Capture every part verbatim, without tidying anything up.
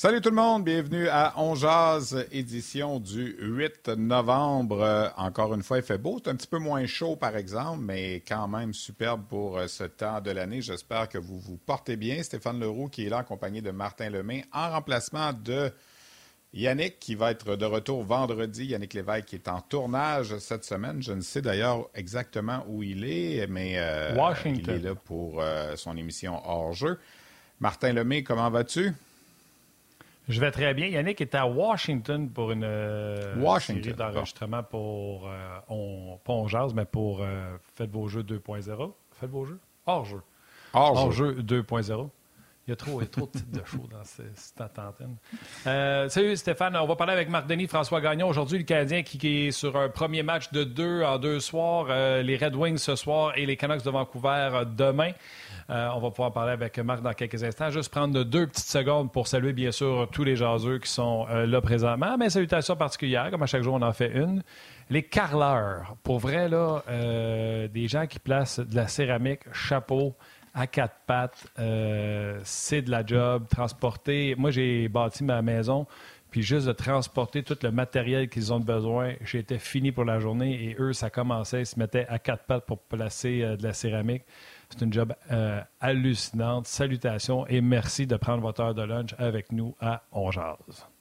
Salut tout le monde, bienvenue à On Jase, édition du huit novembre. Euh, encore une fois, il fait beau, c'est un petit peu moins chaud par exemple, mais quand même superbe pour euh, ce temps de l'année. J'espère que vous vous portez bien. Stéphane Leroux qui est là en compagnie de Martin Lemay en remplacement de Yannick qui va être de retour vendredi. Yannick Lévesque qui est en tournage cette semaine. Je ne sais d'ailleurs exactement où il est, mais euh, Washington. il est là pour euh, son émission hors-jeu. Martin Lemay, comment vas-tu? Je vais très bien. Yannick est à Washington pour une euh, Washington, série d'enregistrement pour, euh, on, pas on jase, mais pour euh, Faites vos jeux deux point zéro. Faites vos jeux? Hors-jeu. Hors-jeu. Hors-jeu deux point zéro. Il y a trop, il y a trop de titres de show dans ce- cette antenne. Euh, salut Stéphane, on va parler avec Marc Denis, François Gagnon. Aujourd'hui, le Canadien qui, qui est sur un premier match de deux en deux soirs. Euh, les Red Wings ce soir et les Canucks de Vancouver euh, demain. Euh, on va pouvoir parler avec Marc dans quelques instants. Juste prendre deux petites secondes pour saluer, bien sûr, tous les jaseux qui sont euh, là présentement. Mais salutations particulières, comme à chaque jour, on en fait une. Les carreleurs, pour vrai, là, euh, des gens qui placent de la céramique, chapeau, à quatre pattes, euh, c'est de la job. Transporter, moi, j'ai bâti ma maison, puis juste de transporter tout le matériel qu'ils ont besoin, j'étais fini pour la journée et eux, ça commençait, ils se mettaient à quatre pattes pour placer euh, de la céramique. C'est une job euh, hallucinante. Salutations et merci de prendre votre heure de lunch avec nous à On Jase.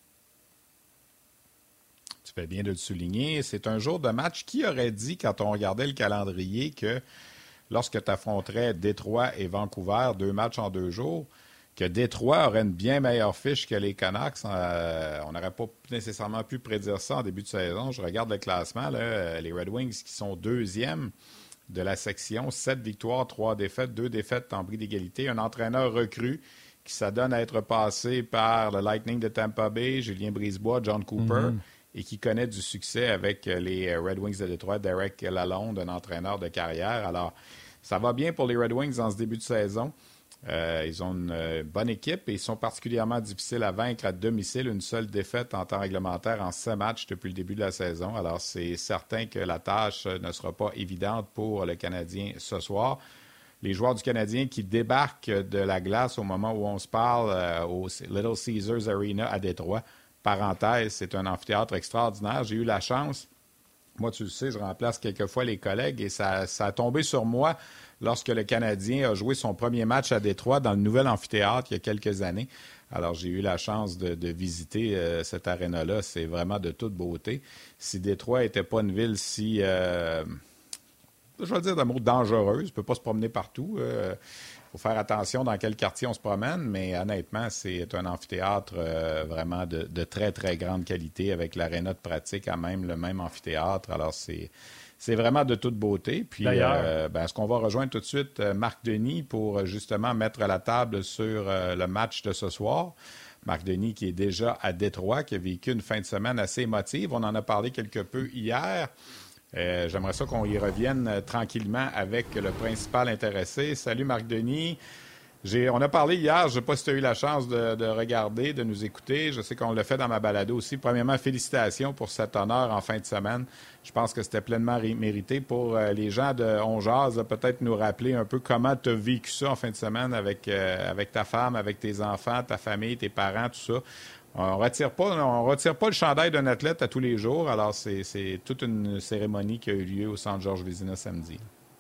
Tu fais bien de le souligner. C'est un jour de match. Qui aurait dit, quand on regardait le calendrier, que lorsque tu affronterais Détroit et Vancouver, deux matchs en deux jours, que Détroit aurait une bien meilleure fiche que les Canucks? Euh, on n'aurait pas nécessairement pu prédire ça en début de saison. Je regarde le classement, là, les Red Wings qui sont deuxièmes de la section, sept victoires, trois défaites, deux défaites en bris d'égalité. Un entraîneur recru qui s'adonne à être passé par le Lightning de Tampa Bay, Julien Brisebois, John Cooper, mm-hmm. et qui connaît du succès avec les Red Wings de Détroit, Derek Lalonde, un entraîneur de carrière. Alors, ça va bien pour les Red Wings dans ce début de saison. Euh, ils ont une euh, bonne équipe et ils sont particulièrement difficiles à vaincre à domicile. Une seule défaite en temps réglementaire en sept matchs depuis le début de la saison. Alors, c'est certain que la tâche ne sera pas évidente pour le Canadien ce soir. Les joueurs du Canadien qui débarquent de la glace au moment où on se parle euh, au Little Caesars Arena à Détroit. Parenthèse, c'est un amphithéâtre extraordinaire. J'ai eu la chance, moi tu le sais, je remplace quelquefois les collègues et ça, ça a tombé sur moi lorsque le Canadien a joué son premier match à Détroit dans le nouvel amphithéâtre il y a quelques années. Alors, j'ai eu la chance de, de visiter euh, cette aréna-là. C'est vraiment de toute beauté. Si Détroit n'était pas une ville si, euh, je vais dire d'un mot, dangereuse, on ne peut pas se promener partout. Il euh, faut faire attention dans quel quartier on se promène, mais honnêtement, c'est un amphithéâtre euh, vraiment de, de très, très grande qualité avec l'aréna de pratique à même le même amphithéâtre. Alors, c'est... C'est vraiment de toute beauté. Puis, euh, ben, est-ce qu'on va rejoindre tout de suite euh, Marc Denis pour justement mettre la table sur euh, le match de ce soir? Marc Denis qui est déjà à Détroit, qui a vécu une fin de semaine assez émotive. On en a parlé quelque peu hier. Euh, j'aimerais ça qu'on y revienne euh, tranquillement avec le principal intéressé. Salut Marc Denis. J'ai, on a parlé hier, je ne sais pas si tu as eu la chance de, de regarder, de nous écouter. Je sais qu'on l'a fait dans ma balado aussi. Premièrement, félicitations pour cet honneur en fin de semaine. Je pense que c'était pleinement ré- mérité. Pour euh, les gens de On Jase, peut-être nous rappeler un peu comment tu as vécu ça en fin de semaine avec, euh, avec ta femme, avec tes enfants, ta famille, tes parents, tout ça. On retire pas, on retire pas le chandail d'un athlète à tous les jours. Alors, c'est, c'est toute une cérémonie qui a eu lieu au Centre Georges Vézina samedi.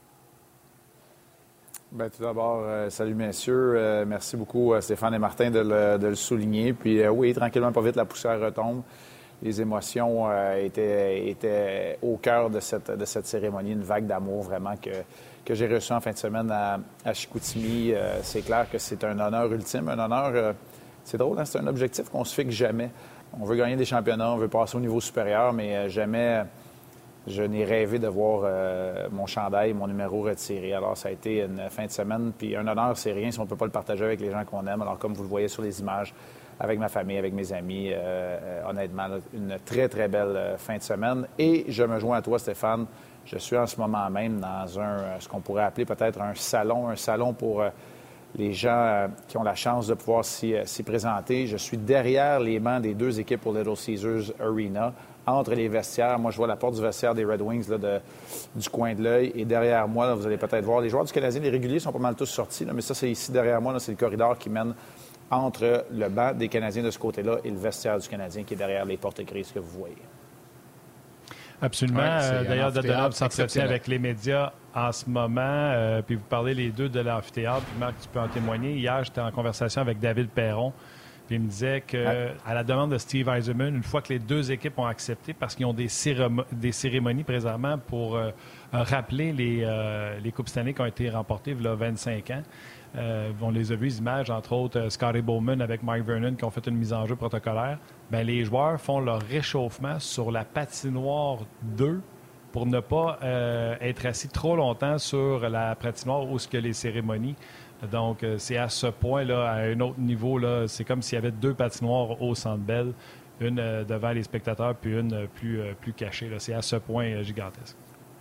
Bien, tout d'abord, euh, salut messieurs. Euh, merci beaucoup à Stéphane et Martin de le, de le souligner. Puis euh, oui, tranquillement, pas vite, la poussière retombe. Les émotions euh, étaient, étaient au cœur de cette, de cette cérémonie. Une vague d'amour vraiment que, que j'ai reçue en fin de semaine à, à Chicoutimi. Euh, c'est clair que c'est un honneur ultime. Un honneur, euh, c'est drôle, hein? C'est un objectif qu'on se fixe jamais. On veut gagner des championnats, on veut passer au niveau supérieur, mais euh, jamais... Je n'ai rêvé de voir euh, mon chandail, mon numéro retiré. Alors, ça a été une fin de semaine. Puis un honneur, c'est rien si on ne peut pas le partager avec les gens qu'on aime. Alors, comme vous le voyez sur les images, avec ma famille, avec mes amis, euh, euh, honnêtement, là, une très, très belle euh, fin de semaine. Et je me joins à toi, Stéphane. Je suis en ce moment même dans un, euh, ce qu'on pourrait appeler peut-être un salon, un salon pour euh, les gens euh, qui ont la chance de pouvoir s'y, euh, s'y présenter. Je suis derrière les bancs des deux équipes pour Little Caesars Arena. Entre les vestiaires, moi, je vois la porte du vestiaire des Red Wings là, de, du coin de l'œil. Et derrière moi, là, vous allez peut-être voir, les joueurs du Canadien, les réguliers sont pas mal tous sortis. Là, mais ça, c'est ici derrière moi, là, c'est le corridor qui mène entre le banc des Canadiens de ce côté-là et le vestiaire du Canadien qui est derrière les portes grises que vous voyez. Absolument. Ouais, euh, D'ailleurs, Dadonov s'entretient exceptionnel. avec les médias en ce moment. Euh, puis vous parlez les deux de l'amphithéâtre. Puis Marc, tu peux en témoigner. Hier, j'étais en conversation avec David Perron. Puis il me disait que, ouais. à la demande de Steve Yzerman, une fois que les deux équipes ont accepté, parce qu'ils ont des, cérémo- des cérémonies présentement pour euh, rappeler les, euh, les Coupes Stanley qui ont été remportées il y a vingt-cinq ans. Euh, on les a vues, les images, entre autres, euh, Scotty Bowman avec Mike Vernon qui ont fait une mise en jeu protocolaire. Bien, les joueurs font leur réchauffement sur la patinoire deux pour ne pas euh, être assis trop longtemps sur la patinoire où ce que les cérémonies. Donc, euh, c'est à ce point-là, à un autre niveau, là, c'est comme s'il y avait deux patinoires au Centre Bell, une euh, devant les spectateurs puis une euh, plus, euh, plus cachée. Là. C'est à ce point euh, gigantesque.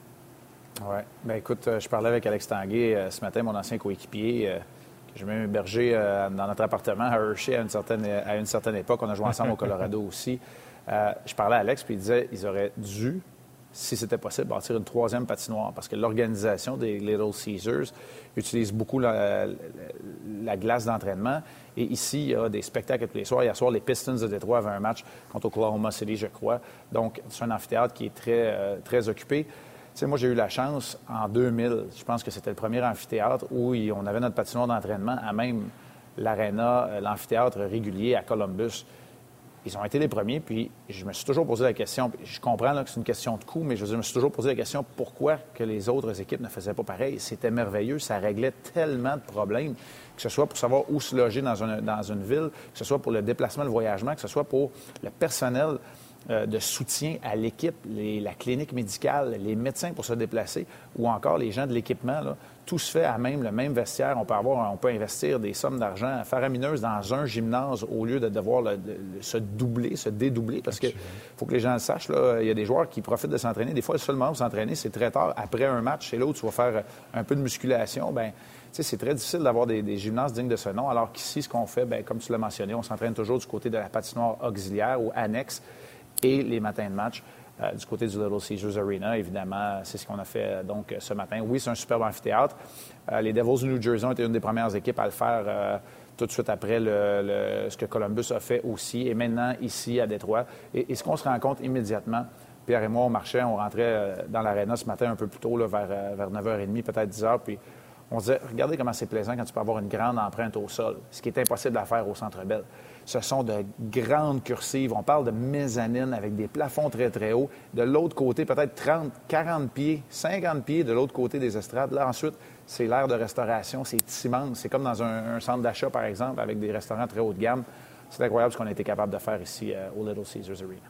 Oui. Bien, écoute, je parlais avec Alex Tanguay euh, ce matin, mon ancien coéquipier, euh, que j'ai même hébergé euh, dans notre appartement à Hershey à une certaine, à une certaine époque. On a joué ensemble au Colorado aussi. Euh, je parlais à Alex, puis il disait qu'ils auraient dû, si c'était possible, bâtir une troisième patinoire, parce que l'organisation des Little Caesars utilise beaucoup la, la, la glace d'entraînement. Et ici, il y a des spectacles tous les soirs. Hier soir, les Pistons de Détroit avaient un match contre Oklahoma City, je crois. Donc, c'est un amphithéâtre qui est très, euh, très occupé. Tu sais, moi, j'ai eu la chance, en deux mille, je pense que c'était le premier amphithéâtre où on avait notre patinoire d'entraînement à même l'aréna, l'amphithéâtre régulier à Columbus. Ils ont été les premiers, puis je me suis toujours posé la question, je comprends là, que c'est une question de coût, mais je me suis toujours posé la question pourquoi que les autres équipes ne faisaient pas pareil. C'était merveilleux, ça réglait tellement de problèmes, que ce soit pour savoir où se loger dans une, dans une ville, que ce soit pour le déplacement, le voyagement, que ce soit pour le personnel euh, de soutien à l'équipe, les, la clinique médicale, les médecins pour se déplacer, ou encore les gens de l'équipement, là. Tout se fait à même le même vestiaire. On peut avoir, on peut investir des sommes d'argent faramineuses dans un gymnase au lieu de devoir le, le, se doubler, se dédoubler. Parce qu'il faut que les gens le sachent, là, il y a des joueurs qui profitent de s'entraîner. Des fois, le seul moment où s'entraîner, c'est très tard, après un match. Et là où tu vas faire un peu de musculation, bien, tu sais, c'est très difficile d'avoir des, des gymnases dignes de ce nom. Alors qu'ici, ce qu'on fait, bien, comme tu l'as mentionné, on s'entraîne toujours du côté de la patinoire auxiliaire ou annexe et les matins de match. Euh, du côté du Little Caesars Arena, évidemment, c'est ce qu'on a fait euh, donc ce matin. Oui, c'est un superbe amphithéâtre. Euh, les Devils du New Jersey ont été une des premières équipes à le faire euh, tout de suite après le, le, ce que Columbus a fait aussi, et maintenant ici à Détroit. Et, et ce qu'on se rend compte immédiatement, Pierre et moi, on marchait, on rentrait euh, dans l'aréna ce matin un peu plus tôt, là, vers, euh, vers neuf heures trente, peut-être dix heures, puis on se disait, regardez comment c'est plaisant quand tu peux avoir une grande empreinte au sol, ce qui est impossible à faire au Centre Bell. Ce sont de grandes cursives. On parle de mezzanine avec des plafonds très, très hauts. De l'autre côté, peut-être trente, quarante pieds, cinquante pieds de l'autre côté des estrades. Là, ensuite, c'est l'aire de restauration. C'est immense. C'est comme dans un, un centre d'achat, par exemple, avec des restaurants très haut de gamme. C'est incroyable ce qu'on a été capable de faire ici euh, au Little Caesars Arena.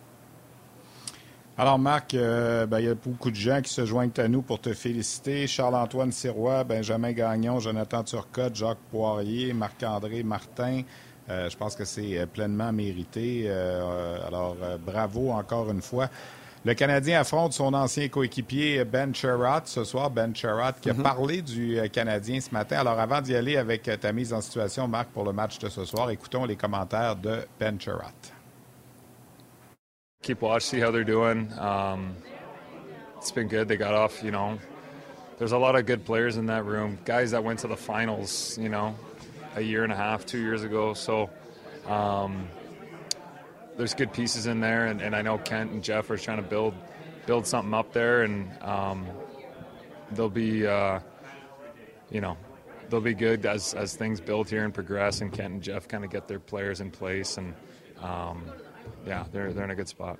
Alors, Marc, euh, ben, il y a beaucoup de gens qui se joignent à nous pour te féliciter. Charles-Antoine Sirois, Benjamin Gagnon, Jonathan Turcotte, Jacques Poirier, Marc-André Martin. Euh, je pense que c'est pleinement mérité. Euh, alors, euh, bravo encore une fois. Le Canadien affronte son ancien coéquipier Ben Sherratt ce soir. Ben Sherratt qui a mm-hmm. parlé du Canadien ce matin. Alors, avant d'y aller avec ta mise en situation, Marc, pour le match de ce soir, écoutons les commentaires de Ben Sherratt. Keep watch, see how they're doing. Um, it's been good. They got off, you know. There's a lot of good players in that room. Guys that went to the finals, you know, a year and a half, two years ago. So um, there's good pieces in there, and, and I know Kent and Jeff are trying to build build something up there, and um, they'll be, uh, you know, they'll be good as as things build here and progress, and Kent and Jeff kind of get their players in place, and um, yeah, they're they're in a good spot.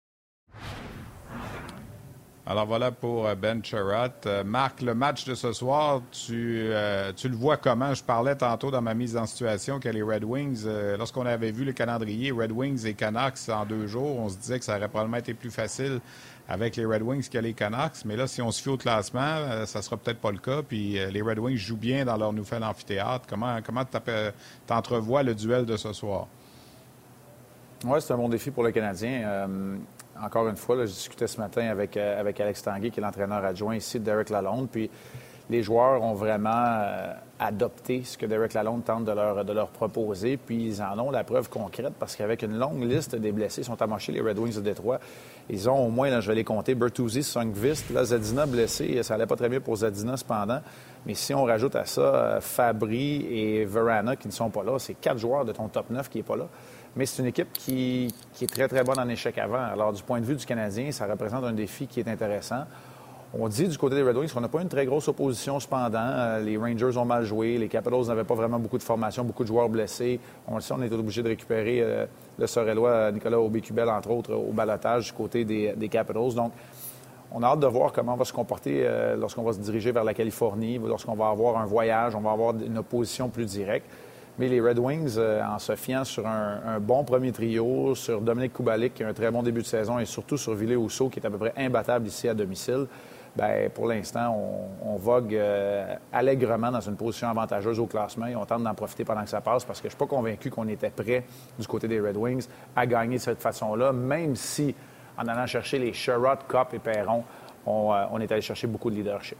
Alors voilà pour Ben Sherratt. Euh, Marc, le match de ce soir, tu, euh, tu le vois comment? Je parlais tantôt dans ma mise en situation que les Red Wings, euh, lorsqu'on avait vu le calendrier Red Wings et Canucks en deux jours, on se disait que ça aurait probablement été plus facile avec les Red Wings que les Canucks. Mais là, si on se fie au classement, euh, ça sera peut-être pas le cas. Puis euh, les Red Wings jouent bien dans leur nouvel amphithéâtre. Comment comment t'entrevois le duel de ce soir? Oui, c'est un bon défi pour le Canadien. Euh, encore une fois, là, je discutais ce matin avec, euh, avec Alex Tanguay, qui est l'entraîneur adjoint ici de Derek Lalonde. Puis, tu les joueurs ont vraiment euh, adopté ce que Derek Lalonde tente de leur, de leur proposer, puis ils en ont la preuve concrète parce qu'avec une longue liste des blessés, ils sont amochés, les Red Wings de Détroit. Ils ont au moins, là, je vais les compter, Bertuzzi, Sundqvist, là, Zadina blessé, ça allait pas très bien pour Zadina cependant, mais si on rajoute à ça euh, Fabry et Verana qui ne sont pas là, c'est quatre joueurs de ton top neuf qui n'est pas là. Mais c'est une équipe qui, qui est très, très bonne en échec avant. Alors, du point de vue du Canadien, ça représente un défi qui est intéressant. On dit du côté des Red Wings qu'on n'a pas une très grosse opposition cependant. Euh, les Rangers ont mal joué. Les Capitals n'avaient pas vraiment beaucoup de formation, beaucoup de joueurs blessés. On le sait, on est obligé de récupérer euh, le Sorellois, Nicolas Aubé-Kubel, entre autres, au balotage du côté des, des Capitals. Donc, on a hâte de voir comment on va se comporter euh, lorsqu'on va se diriger vers la Californie, lorsqu'on va avoir un voyage, on va avoir une opposition plus directe. Mais les Red Wings, euh, en se fiant sur un, un bon premier trio, sur Dominic Kubalik, qui a un très bon début de saison, et surtout sur Ville Husso, qui est à peu près imbattable ici à domicile, bien, pour l'instant, on, on vogue euh, allègrement dans une position avantageuse au classement et on tente d'en profiter pendant que ça passe parce que je ne suis pas convaincu qu'on était prêt du côté des Red Wings à gagner de cette façon-là, même si, en allant chercher les Sherrod, Copp et Perron, on, euh, on est allé chercher beaucoup de leadership.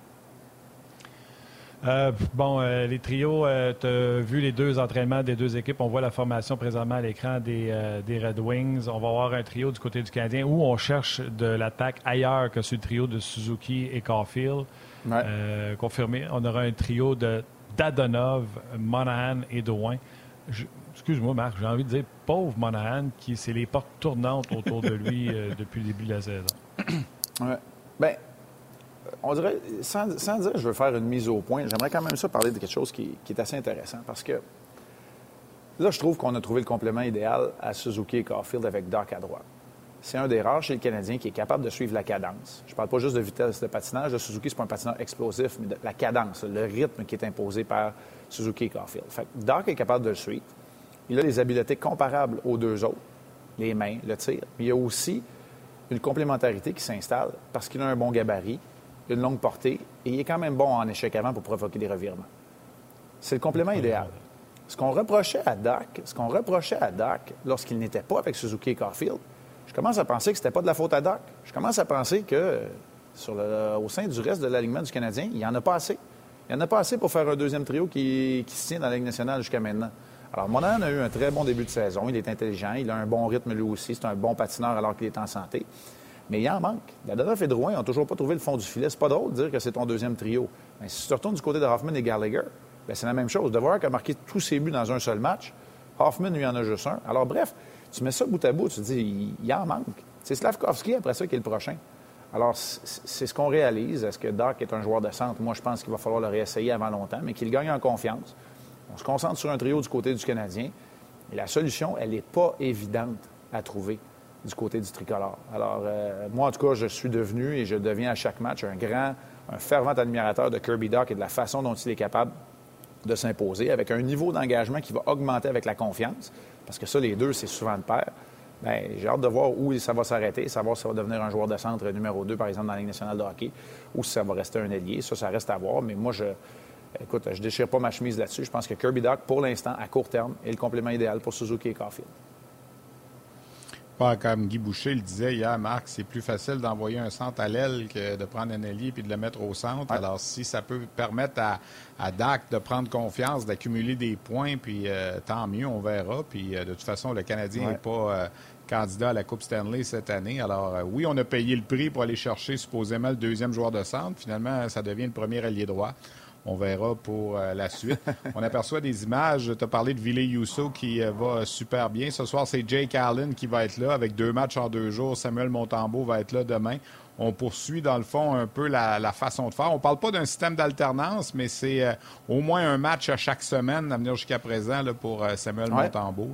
Euh, bon, euh, les trios, euh, tu as vu les deux entraînements des deux équipes. On voit la formation présentement à l'écran des, euh, des Red Wings. On va avoir un trio du côté du Canadien où on cherche de l'attaque ailleurs que sur le trio de Suzuki et Caulfield. Ouais. Euh, confirmé. On aura un trio de Dadonov, Monahan et Drouin. Je, excuse-moi, Marc, j'ai envie de dire pauvre Monahan, qui c'est les portes tournantes autour de lui euh, depuis le début de la saison. Ouais. Bien, on dirait, sans, sans dire que je veux faire une mise au point, j'aimerais quand même ça parler de quelque chose qui, qui est assez intéressant parce que là, je trouve qu'on a trouvé le complément idéal à Suzuki et Caulfield avec Doc à droite. C'est un des rares chez le Canadien qui est capable de suivre la cadence. Je ne parle pas juste de vitesse de patinage. De Suzuki, ce n'est pas un patineur explosif, mais de la cadence, le rythme qui est imposé par Suzuki et Caulfield. Fait que Doc est capable de le suivre. Il a des habiletés comparables aux deux autres, les mains, le tir. Mais il y a aussi une complémentarité qui s'installe parce qu'il a un bon gabarit, une longue portée, et il est quand même bon en échec avant pour provoquer des revirements. C'est le complément idéal. Ce qu'on reprochait à Doc, ce qu'on reprochait à Doc lorsqu'il n'était pas avec Suzuki et Caulfield, je commence à penser que c'était pas de la faute à Doc. Je commence à penser que sur le, au sein du reste de l'alignement du Canadien, il n'y en a pas assez. Il n'y en a pas assez pour faire un deuxième trio qui, qui se tient dans la Ligue nationale jusqu'à maintenant. Alors, Monahan a eu un très bon début de saison. Il est intelligent, il a un bon rythme lui aussi. C'est un bon patineur alors qu'il est en santé. Mais il en manque. Dadonov et Drouin n'ont toujours pas trouvé le fond du filet. C'est pas drôle de dire que c'est ton deuxième trio. Mais si tu retournes du côté de Hoffman et Gallagher, bien, c'est la même chose. De voir qu'il a marqué tous ses buts dans un seul match, Hoffman, lui, en a juste un. Alors, bref, tu mets ça bout à bout, tu te dis, il, il en manque. C'est Slavkovski, après ça, qui est le prochain. Alors, c'est ce qu'on réalise. Est-ce que Doc est un joueur de centre? Moi, je pense qu'il va falloir le réessayer avant longtemps, mais qu'il gagne en confiance. On se concentre sur un trio du côté du Canadien. Et la solution, elle n'est pas évidente à trouver du côté du tricolore. Alors, euh, moi, en tout cas, je suis devenu et je deviens à chaque match un grand, un fervent admirateur de Kirby Dach et de la façon dont il est capable de s'imposer avec un niveau d'engagement qui va augmenter avec la confiance, parce que ça, les deux, c'est souvent de pair. Bien, j'ai hâte de voir où ça va s'arrêter, savoir si ça va devenir un joueur de centre numéro deux, par exemple, dans la Ligue nationale de hockey, ou si ça va rester un ailier. Ça, ça reste à voir, mais moi, je... Écoute, je ne déchire pas ma chemise là-dessus. Je pense que Kirby Dach, pour l'instant, à court terme, est le complément idéal pour Suzuki et Caulfield. Pas comme Guy Boucher le disait hier, Marc, c'est plus facile d'envoyer un centre à l'aile que de prendre un ailier puis de le mettre au centre. Ouais. Alors, si ça peut permettre à, à Dach de prendre confiance, d'accumuler des points, puis euh, tant mieux, on verra. Puis, euh, de toute façon, le Canadien n'est ouais. pas euh, candidat à la Coupe Stanley cette année. Alors, euh, oui, on a payé le prix pour aller chercher supposément le deuxième joueur de centre. Finalement, ça devient le premier ailier droit. On verra pour euh, la suite. On aperçoit des images. Tu as parlé de Ville Husso qui euh, va super bien. Ce soir, c'est Jake Allen qui va être là avec deux matchs en deux jours. Samuel Montembeault va être là demain. On poursuit, dans le fond, un peu la, la façon de faire. On ne parle pas d'un système d'alternance, mais c'est euh, au moins un match à chaque semaine à venir jusqu'à présent là, pour euh, Samuel ouais. Montembeault.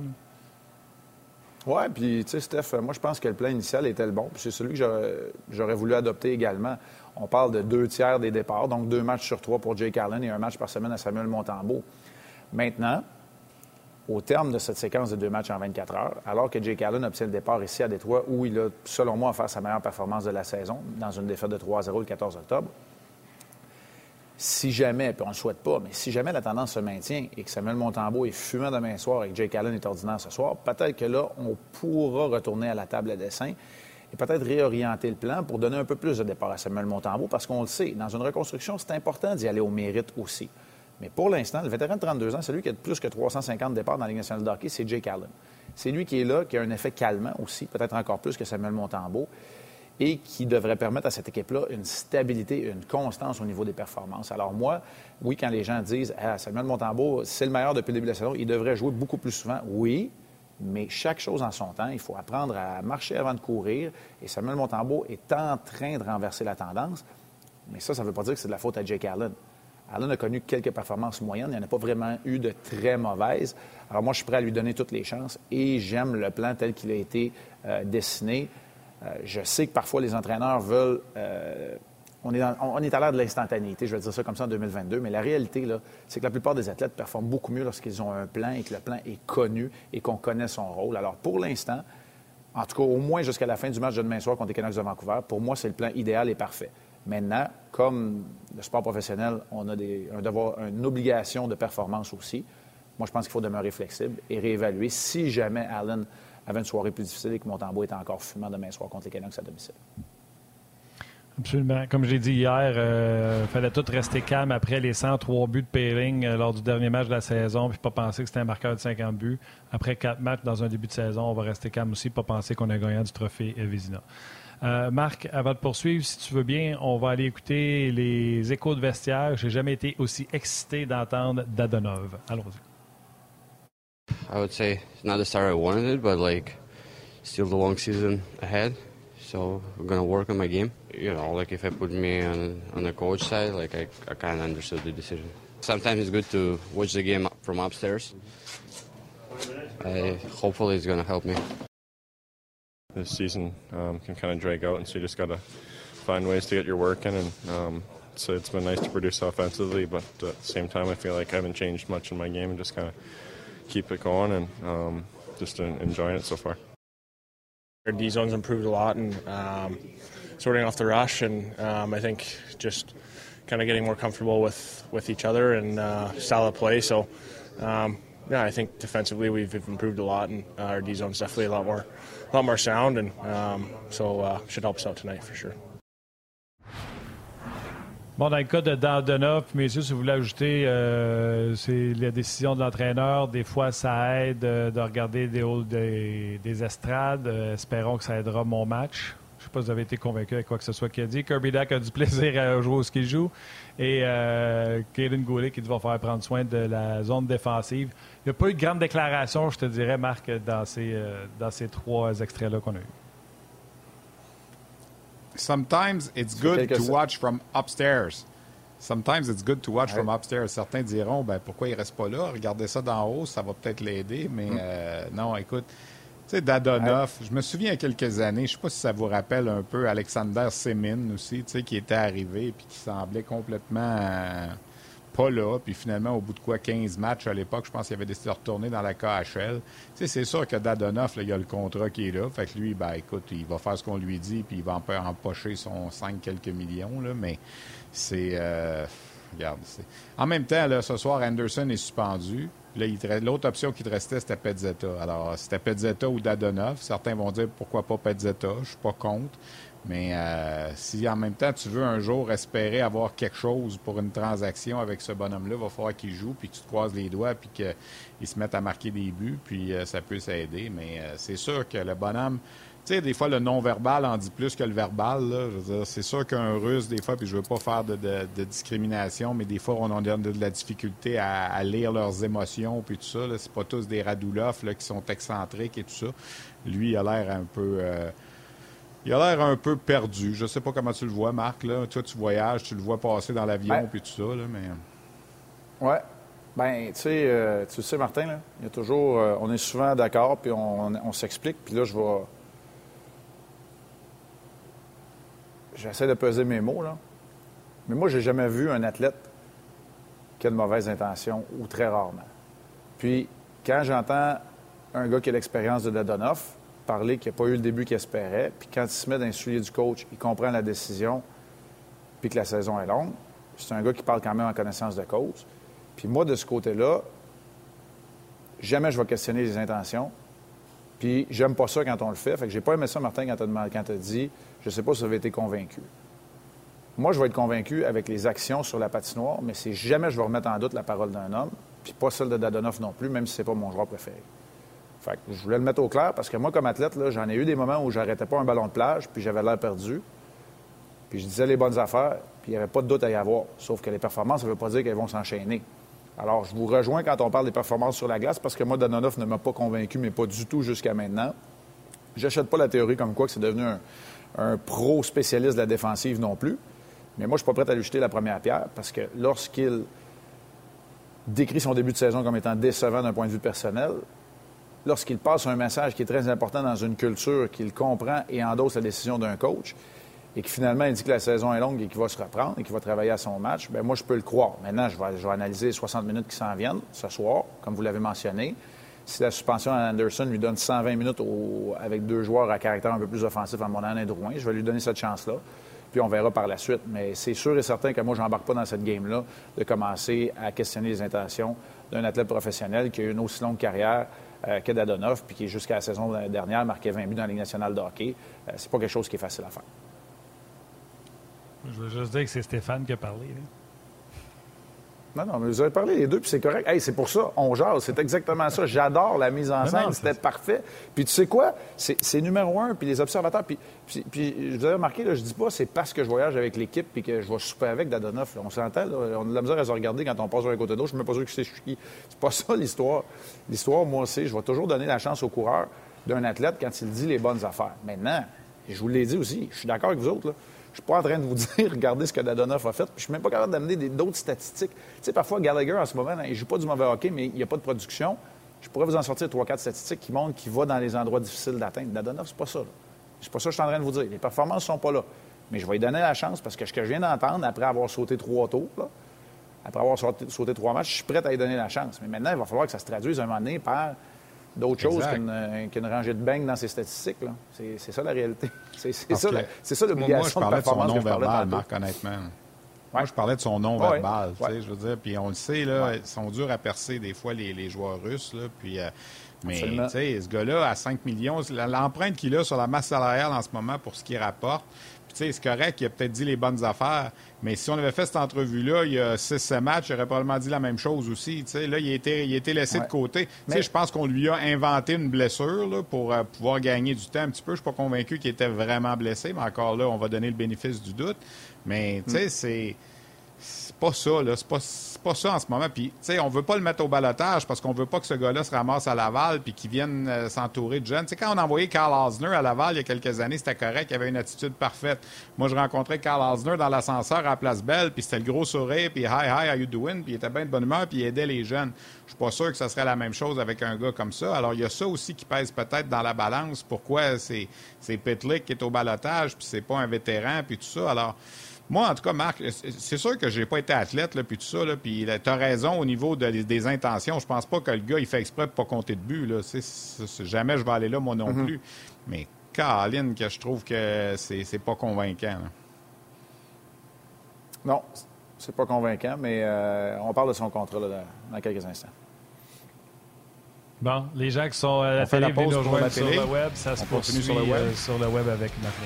Oui, puis tu sais, Steph, moi, je pense que le plan initial était le bon. Puis c'est celui que j'aurais, j'aurais voulu adopter également. On parle de deux tiers des départs, donc deux matchs sur trois pour Jake Allen et un match par semaine à Samuel Montembeault. Maintenant, au terme de cette séquence de deux matchs en vingt-quatre heures, alors que Jake Allen obtient le départ ici à Détroit, où il a, selon moi, fait sa meilleure performance de la saison, dans une défaite de trois à zéro le quatorze octobre, si jamais, puis on ne le souhaite pas, mais si jamais la tendance se maintient et que Samuel Montembeault est fumant demain soir et que Jake Allen est ordinaire ce soir, peut-être que là, on pourra retourner à la table à dessin. et peut-être réorienter le plan pour donner un peu plus de départ à Samuel Montembeault, parce qu'on le sait, dans une reconstruction, c'est important d'y aller au mérite aussi. Mais pour l'instant, le vétéran de trente-deux ans, celui qui a plus que trois cent cinquante départs dans la Ligue nationale de hockey, c'est Jake Allen. C'est lui qui est là, qui a un effet calmant aussi, peut-être encore plus que Samuel Montembeault, et qui devrait permettre à cette équipe-là une stabilité, une constance au niveau des performances. Alors moi, oui, quand les gens disent ah, « Samuel Montembeault, c'est le meilleur depuis le début de la saison, il devrait jouer beaucoup plus souvent », oui, mais chaque chose en son temps. Il faut apprendre à marcher avant de courir, et Samuel Montembeault est en train de renverser la tendance, mais ça, ça ne veut pas dire que c'est de la faute à Jake Allen. Allen a connu quelques performances moyennes. Il n'y en a pas vraiment eu de très mauvaises. Alors moi, je suis prêt à lui donner toutes les chances et j'aime le plan tel qu'il a été euh, dessiné. Euh, je sais que parfois, les entraîneurs veulent... Euh, on, est dans, on est à l'ère de l'instantanéité, je vais dire ça comme ça en deux mille vingt-deux, mais la réalité, là, c'est que la plupart des athlètes performent beaucoup mieux lorsqu'ils ont un plan et que le plan est connu et qu'on connaît son rôle. Alors pour l'instant, en tout cas au moins jusqu'à la fin du match de demain soir contre les Canucks de Vancouver, pour moi, c'est le plan idéal et parfait. Maintenant, comme le sport professionnel, on a des, un devoir, une obligation de performance aussi. Moi, je pense qu'il faut demeurer flexible et réévaluer si jamais Allen avait une soirée plus difficile et que Montembeault était encore fumant demain soir contre les Canucks à domicile. Absolument. Comme je l'ai dit hier, il euh, fallait tout rester calme après les cent trois buts de Poehling euh, lors du dernier match de la saison, puis pas penser que c'était un marqueur de cinquante buts. Après quatre matchs dans un début de saison, on va rester calme aussi, pas penser qu'on a gagné du trophée Vézina. Euh, Marc, avant de poursuivre, si tu veux bien, on va aller écouter les échos de vestiaire. J'ai jamais été aussi excité d'entendre Dadonov. Allons-y. I would say it's not the start I wanted it, but like still the long season ahead. So we're gonna work on my game. You know, like if I put me on on the coach side, like I, I kind of understood the decision. Sometimes it's good to watch the game from upstairs. I, hopefully it's gonna help me. This season um, can kind of drag out, and so you just got to find ways to get your work in. And um, so it's been nice to produce offensively, but at the same time, I feel like I haven't changed much in my game and just kind of keep it going and um, just enjoying it so far. Our D zone's improved a lot, and um, sorting off the rush, and um, I think just kind of getting more comfortable with, with each other and uh, style of play. So, um, yeah, I think defensively we've improved a lot, and uh, our D zone's definitely a lot more, a lot more sound, and um, so uh, should help us out tonight for sure. Bon, dans le cas de Dadonov, messieurs, si vous voulez ajouter, euh, c'est la décision de l'entraîneur. Des fois, ça aide euh, de regarder des, des, des estrades. Euh, espérons que ça aidera mon match. Je ne sais pas si vous avez été convaincu avec quoi que ce soit qu'il a dit. Kirby Dach a du plaisir à jouer au ce qu'il joue. Et euh, Kaden Goulet qui va faire prendre soin de la zone défensive. Il n'y a pas eu de grande déclaration, je te dirais, Marc, dans ces, euh, dans ces trois extraits-là qu'on a eus. Sometimes it's good to watch from upstairs. Sometimes it's good to watch ouais. from upstairs. Certains diront, ben pourquoi il ne reste pas là? Regardez ça d'en haut, ça va peut-être l'aider. Mais mm. euh, non, écoute, tu sais, Dadonov, ouais. je me souviens il y a quelques années, je ne sais pas si ça vous rappelle un peu Alexander Semin aussi, tu sais, qui était arrivé et qui semblait complètement euh, pas là. Puis finalement, au bout de quoi, quinze matchs à l'époque, je pense qu'il avait décidé de retourner dans la K H L. Tu sais, c'est sûr que Dadonov, là, il y a le contrat qui est là. Fait que lui, ben écoute, il va faire ce qu'on lui dit, puis il va empocher son cinq quelques millions, là. Mais c'est... Euh, regarde, c'est... En même temps, là, ce soir, Anderson est suspendu. Là, il te... L'autre option qui te restait, c'était Pezzetta. Alors, c'était Pezzetta ou Dadonov. Certains vont dire, pourquoi pas Pezzetta? Je suis pas contre. Mais euh, si en même temps tu veux un jour espérer avoir quelque chose pour une transaction avec ce bonhomme-là, il va falloir qu'il joue, puis que tu te croises les doigts, puis qu'il se mette à marquer des buts, puis euh, ça peut s'aider. Mais euh, c'est sûr que le bonhomme, tu sais, des fois le non-verbal en dit plus que le verbal. Là. Je veux dire, c'est sûr qu'un Russe, des fois, puis je veux pas faire de, de, de discrimination, mais des fois on a de, de la difficulté à, à lire leurs émotions, puis tout ça. Là. C'est pas tous des Radulov là, qui sont excentriques et tout ça. Lui, il a l'air un peu... Euh, Il a l'air un peu perdu. Je sais pas comment tu le vois, Marc. Là. Toi, tu voyages, tu le vois passer dans l'avion ouais. puis tout ça, là, mais... Oui. Bien, tu sais, euh, tu sais, Martin, là, il y a toujours... Euh, on est souvent d'accord, puis on, on, on s'explique, puis là, je vais... J'essaie de peser mes mots, là. Mais moi, j'ai jamais vu un athlète qui a de mauvaises intentions, ou très rarement. Puis, quand j'entends un gars qui a l'expérience de Dadonov parler qu'il n'a pas eu le début qu'il espérait, puis quand il se met dans les souliers du coach, il comprend la décision, puis que la saison est longue. C'est un gars qui parle quand même en connaissance de cause. Puis moi, de ce côté-là, jamais je vais questionner les intentions, puis Puis j'aime pas ça quand on le fait. Fait que j'ai pas aimé ça, Martin, quand tu as dit « Je sais pas si vous avez été convaincu ». Moi, je vais être convaincu avec les actions sur la patinoire, mais c'est jamais je vais remettre en doute la parole d'un homme, puis pas celle de Dadonov non plus, même si c'est pas mon joueur préféré. Fait que je voulais le mettre au clair parce que moi, comme athlète, là, j'en ai eu des moments où j'arrêtais pas un ballon de plage, puis j'avais l'air perdu. Puis je disais les bonnes affaires, puis il n'y avait pas de doute à y avoir. Sauf que les performances, ça ne veut pas dire qu'elles vont s'enchaîner. Alors, je vous rejoins quand on parle des performances sur la glace parce que moi, Dadonov ne m'a pas convaincu, mais pas du tout jusqu'à maintenant. J'achète pas la théorie comme quoi que c'est devenu un, un pro spécialiste de la défensive non plus. Mais moi, je ne suis pas prêt à lui jeter la première pierre parce que lorsqu'il décrit son début de saison comme étant décevant d'un point de vue personnel, lorsqu'il passe un message qui est très important dans une culture qu'il comprend et endosse la décision d'un coach, et que finalement, il dit que la saison est longue et qu'il va se reprendre et qu'il va travailler à son match, bien moi, je peux le croire. Maintenant, je vais, je vais analyser les soixante minutes qui s'en viennent ce soir, comme vous l'avez mentionné. Si la suspension à Anderson lui donne cent vingt minutes au, avec deux joueurs à caractère un peu plus offensif en Monahan et Drouin, je vais lui donner cette chance-là. Puis on verra par la suite. Mais c'est sûr et certain que moi, je n'embarque pas dans cette game-là de commencer à questionner les intentions d'un athlète professionnel qui a eu une aussi longue carrière euh, que Dadonov, puis qui, jusqu'à la saison dernière, marquait vingt buts dans la Ligue nationale de hockey. Euh, c'est pas quelque chose qui est facile à faire. Je veux juste dire que c'est Stéphane qui a parlé. Là. Non, non, mais vous avez parlé les deux, puis c'est correct. Hey, c'est pour ça, on jase, c'est exactement ça. J'adore la mise en scène, c'était parfait. Puis tu sais quoi? C'est, c'est numéro un, puis les observateurs. Puis, puis, puis vous avez remarqué, là, je dis pas c'est parce que je voyage avec l'équipe puis que je vais souper avec Dadonov. Là. On s'entend, là, on a de la misère à se regarder quand on passe d'un côté d'autre. Je ne suis même pas sûr que c'est qui. C'est pas ça l'histoire. L'histoire, moi aussi, je vais toujours donner la chance au coureur d'un athlète quand il dit les bonnes affaires. Maintenant, je vous l'ai dit aussi, je suis d'accord avec vous autres, là. Je suis pas en train de vous dire, regardez ce que Dadonov a fait, puis je suis même pas capable d'amener des, d'autres statistiques. Tu sais, parfois, Gallagher, en ce moment, là, il joue pas du mauvais hockey, mais il n'y a pas de production. Je pourrais vous en sortir trois quatre statistiques qui montrent qu'il va dans les endroits difficiles d'atteindre. Dadonov, c'est pas ça, là. C'est pas ça que je suis en train de vous dire. Les performances sont pas là. Mais je vais lui donner la chance, parce que ce que je viens d'entendre, après avoir sauté trois tours, là, après avoir sauté, sauté trois matchs, je suis prêt à lui donner la chance. Mais maintenant, il va falloir que ça se traduise à un moment donné par d'autres choses qu'une, euh, qu'une rangée de beignes dans ses statistiques. Là. C'est, c'est ça la réalité. C'est, c'est, ça, la, c'est ça l'obligation moi, moi, je de performance de son que je parlais non-verbal, tantôt. Marc, honnêtement. Ouais. Moi, je parlais de son non-verbal. Ouais, ouais. Je veux dire, puis on le sait, là, ouais. ils sont durs à percer des fois, les, les joueurs russes. Là, puis, euh, mais Absolument. ce gars-là, à cinq millions, l'empreinte qu'il a sur la masse salariale en ce moment pour ce qu'il rapporte, c'est correct, il a peut-être dit les bonnes affaires, mais si on avait fait cette entrevue-là il y a six sept matchs, il aurait probablement dit la même chose aussi. T'sais. Là, il a été, il a été laissé ouais. de côté. Mais... Je pense qu'on lui a inventé une blessure là, pour euh, pouvoir gagner du temps un petit peu. Je ne suis pas convaincu qu'il était vraiment blessé, mais encore là, on va donner le bénéfice du doute. Mais tu sais, mm. c'est... C'est pas ça, là. C'est pas, c'est pas ça en ce moment. Puis, tu sais, on veut pas le mettre au balotage parce qu'on veut pas que ce gars-là se ramasse à Laval puis qu'il vienne euh, s'entourer de jeunes. Tu sais, quand on a envoyé Karl Osner à Laval il y a quelques années, c'était correct. Il avait une attitude parfaite. Moi, je rencontrais Karl Osner dans l'ascenseur à Place Belle puis c'était le gros sourire puis « Hi, hi, how you doing? » Puis il était bien de bonne humeur puis il aidait les jeunes. Je suis pas sûr que ça serait la même chose avec un gars comme ça. Alors, il y a ça aussi qui pèse peut-être dans la balance. Pourquoi c'est, c'est Pitlick qui est au balotage puis c'est pas un vétéran puis tout ça. Alors... Moi, en tout cas, Marc, c'est sûr que j'ai pas été athlète, là, puis tout ça, là, puis tu as raison au niveau de, des intentions. Je pense pas que le gars, il fait exprès de pas compter de but, là. C'est, c'est, jamais je vais aller là, moi non mm-hmm. plus. Mais, Caroline, que je trouve que c'est, c'est pas convaincant. Là. Non, c'est pas convaincant, mais euh, on parle de son contrat là, dans quelques instants. Bon, les gens qui sont à la télé, venez nous rejoindre sur le web. Ça se poursuit sur le web, euh, sur le web avec Marc.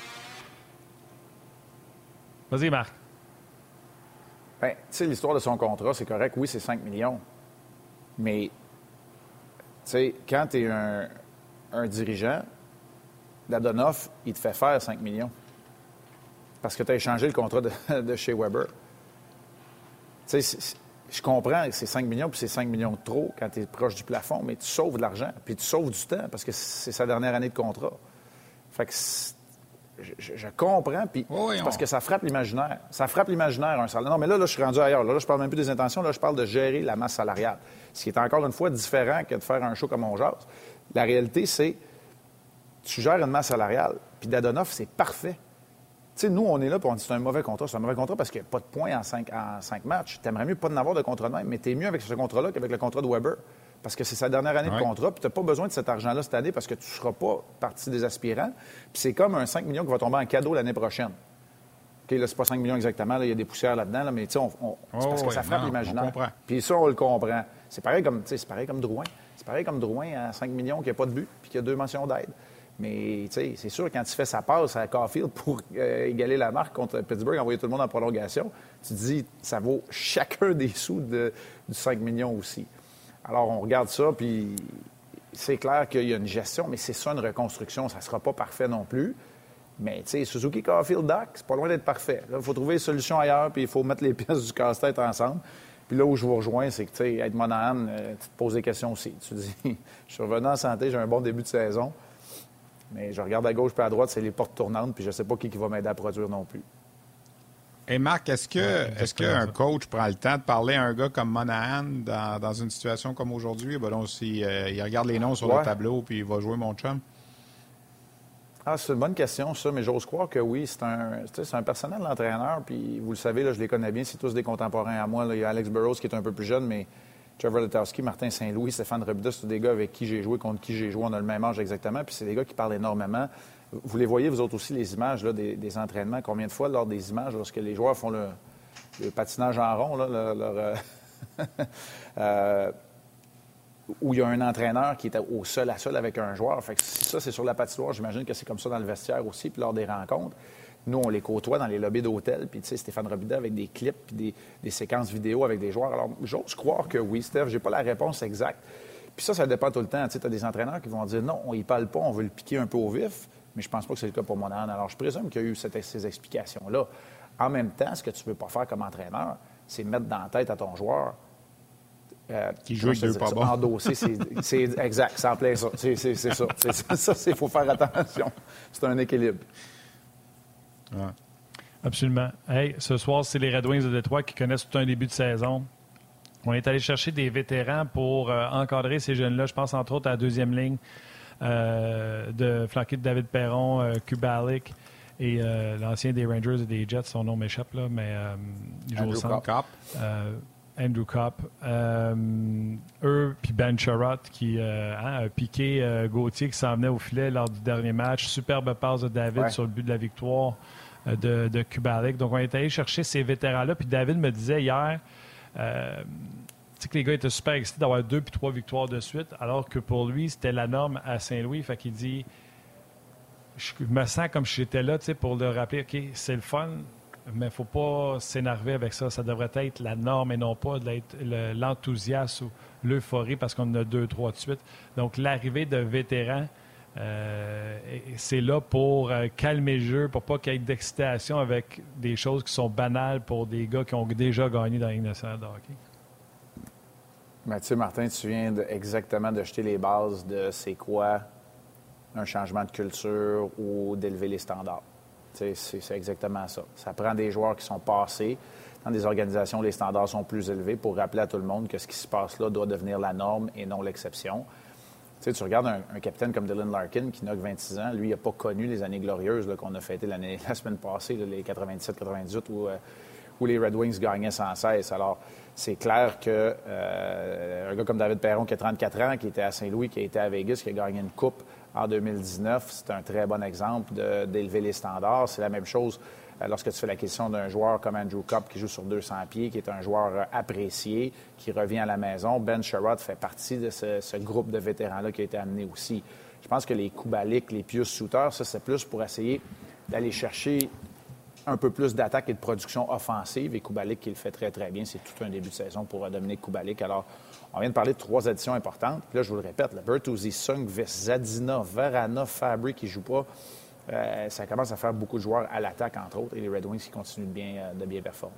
Vas-y, Marc. Bien, tu sais, l'histoire de son contrat, c'est correct. Oui, c'est cinq millions. Mais, tu sais, quand tu es un, un dirigeant, Dadonov, il te fait faire cinq millions. Parce que tu as échangé le contrat de, de chez Weber. Tu sais, je comprends que c'est cinq millions, puis c'est cinq millions de trop quand tu es proche du plafond, mais tu sauves de l'argent, puis tu sauves du temps, parce que c'est sa dernière année de contrat. Fait que Je, je comprends, puis oui, parce on... que ça frappe l'imaginaire. Ça frappe l'imaginaire, un salaire. Non, mais là, là, je suis rendu ailleurs. Là, là je parle même plus des intentions. Là, je parle de gérer la masse salariale. Ce qui est encore une fois différent que de faire un show comme on jase. La réalité, c'est tu gères une masse salariale, puis Dadonov, c'est parfait. Tu sais, nous, on est là, puis on dit c'est un mauvais contrat. C'est un mauvais contrat parce qu'il n'y a pas de points en cinq, en cinq matchs. Tu aimerais mieux pas en avoir de contrat de même, mais tu es mieux avec ce contrat-là qu'avec le contrat de Weber. Parce que c'est sa dernière année ouais. de contrat, puis tu n'as pas besoin de cet argent-là cette année parce que tu ne seras pas partie des aspirants. Puis c'est comme un cinq millions qui va tomber en cadeau l'année prochaine. OK, là, c'est pas cinq millions exactement, là, il y a des poussières là-dedans, là, mais tu sais, on, on, c'est parce oh, que ça frappe ouais, l'imaginaire. Puis ça, on le comprend. C'est pareil comme, c'est pareil comme Drouin. C'est pareil comme Drouin à cinq millions qui n'a pas de but puis qui a deux mentions d'aide. Mais c'est sûr, quand tu fais sa passe à Caulfield pour euh, égaler la marque contre Pittsburgh, envoyer tout le monde en prolongation, tu te dis, ça vaut chacun des sous de, du cinq millions aussi. Alors, on regarde ça, puis c'est clair qu'il y a une gestion, mais c'est ça, une reconstruction. Ça ne sera pas parfait non plus. Mais, tu sais, Suzuki, Caulfield, Doc, c'est pas loin d'être parfait. Il faut trouver des solutions ailleurs, puis il faut mettre les pièces du casse-tête ensemble. Puis là où je vous rejoins, c'est que, tu sais, être Monahan, euh, tu te poses des questions aussi. Tu te dis, je suis revenu en santé, j'ai un bon début de saison. Mais je regarde à gauche puis à droite, c'est les portes tournantes, puis je ne sais pas qui, qui va m'aider à produire non plus. Et Marc, est-ce que ouais, est-ce qu'un coach prend le temps de parler à un gars comme Monahan dans, dans une situation comme aujourd'hui? Ben donc, si, euh, il regarde les noms sur ouais. le tableau puis il va jouer mon chum? Ah, c'est une bonne question, ça, mais j'ose croire que oui. C'est un, c'est un personnel d'entraîneur, puis vous le savez, là, je les connais bien, c'est tous des contemporains à moi. Là. Il y a Alex Burrows qui est un peu plus jeune, mais Trevor Letowski, Martin Saint-Louis, Stéphane Robida, c'est des gars avec qui j'ai joué, contre qui j'ai joué. On a le même âge exactement. Puis c'est des gars qui parlent énormément. Vous les voyez, vous autres aussi, les images là, des, des entraînements. Combien de fois, lors des images, lorsque les joueurs font le, le patinage en rond, là, leur, leur, euh, euh, où il y a un entraîneur qui est au seul à seul avec un joueur. Fait que ça, c'est sur la patinoire. J'imagine que c'est comme ça dans le vestiaire aussi, puis lors des rencontres. Nous, on les côtoie dans les lobbies d'hôtel, puis tu sais, Stéphane Robida avec des clips, puis des, des séquences vidéo avec des joueurs. Alors, j'ose croire que oui, Steph, j'ai pas la réponse exacte. Puis ça, ça dépend tout le temps. Tu sais, tu as des entraîneurs qui vont dire non, on y parle pas, on veut le piquer un peu au vif, mais je pense pas que c'est le cas pour Monahan. Alors, je présume qu'il y a eu cette, ces explications-là. En même temps, ce que tu veux pas faire comme entraîneur, c'est mettre dans la tête à ton joueur Euh, qui joue avec deux pas bons. Endosser, c'est, c'est exact, c'est en plein ça. C'est, c'est, c'est ça. C'est, ça, il faut faire attention. C'est un équilibre. Ouais. Absolument. Hey, ce soir, c'est les Red Wings de Détroit qui connaissent tout un début de saison. On est allé chercher des vétérans pour euh, encadrer ces jeunes-là. Je pense entre autres à la deuxième ligne euh, de flanqué de David Perron, euh, Kubalik et euh, l'ancien des Rangers et des Jets. Son nom m'échappe, là, mais euh, il joue au centre. Copp. Euh, Andrew Copp. Euh, eux, puis Ben Sherratt qui euh, hein, a piqué euh, Gauthier qui s'en venait au filet lors du dernier match. Superbe passe de David ouais. sur le but de la victoire euh, de, de Kubalik. Donc, on est allé chercher ces vétérans-là. Puis David me disait hier euh, que les gars étaient super excités d'avoir deux puis trois victoires de suite, alors que pour lui, c'était la norme à Saint-Louis. Fait qu'il dit, je me sens comme si j'étais là pour le rappeler, OK, c'est le fun, mais il ne faut pas s'énerver avec ça. Ça devrait être la norme et non pas le, l'enthousiasme ou l'euphorie parce qu'on en a deux, trois de suite. Donc, l'arrivée de vétérans, euh, c'est là pour euh, calmer le jeu, pour pas qu'il y ait d'excitation avec des choses qui sont banales pour des gars qui ont déjà gagné dans la Ligue nationale de hockey. Mais tu sais, Martin, tu viens de, exactement de jeter les bases de c'est quoi un changement de culture ou d'élever les standards. C'est, c'est exactement ça. Ça prend des joueurs qui sont passés dans des organisations où les standards sont plus élevés pour rappeler à tout le monde que ce qui se passe là doit devenir la norme et non l'exception. Tu sais, tu regardes un, un capitaine comme Dylan Larkin qui n'a que vingt-six ans. Lui, il n'a pas connu les années glorieuses là, qu'on a fêtées l'année, la semaine passée, là, les quatre-vingt-dix-sept quatre-vingt-dix-huit, où, euh, où les Red Wings gagnaient sans cesse. Alors, c'est clair que euh, un gars comme David Perron qui a trente-quatre ans, qui était à Saint-Louis, qui a été à Vegas, qui a gagné une coupe en deux mille dix-neuf, c'est un très bon exemple de, d'élever les standards. C'est la même chose euh, lorsque tu fais l'acquisition d'un joueur comme Andrew Copp qui joue sur deux cents pieds, qui est un joueur euh, apprécié, qui revient à la maison. Ben Sherratt fait partie de ce, ce groupe de vétérans-là qui a été amené aussi. Je pense que les Kubalik, les Pius Suter, ça, c'est plus pour essayer d'aller chercher un peu plus d'attaque et de production offensive. Et Kubalik, qui le fait très, très bien. C'est tout un début de saison pour Dominique Kubalik. Alors, on vient de parler de trois additions importantes. Puis là, je vous le répète, le Bertuzzi, Sundqvist, Zadina, Verana, Fabry qui ne jouent pas. Euh, ça commence à faire beaucoup de joueurs à l'attaque, entre autres. Et les Red Wings qui continuent de bien, de bien performer.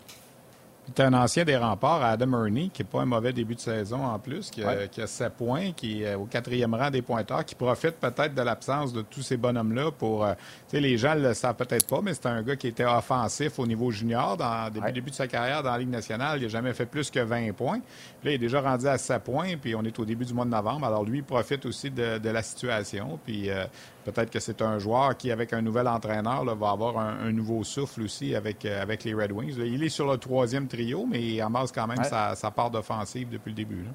Tu es un ancien des Remparts, Adam Ernie, qui n'est pas un mauvais début de saison en plus, qui a, ouais. qui a sept points, qui est au quatrième rang des pointeurs, qui profite peut-être de l'absence de tous ces bonhommes-là pour... Euh, tu sais, les gens ne le savent peut-être pas, mais c'est un gars qui était offensif au niveau junior. Dans, depuis ouais. le début de sa carrière dans la Ligue nationale, il n'a jamais fait plus que vingt points. Puis là, il est déjà rendu à sept points, puis on est au début du mois de novembre. Alors lui, il profite aussi de, de la situation, puis... Euh, peut-être que c'est un joueur qui, avec un nouvel entraîneur, là, va avoir un, un nouveau souffle aussi avec, euh, avec les Red Wings. Là, il est sur le troisième trio, mais il amasse quand même ouais. sa, sa part d'offensive depuis le début.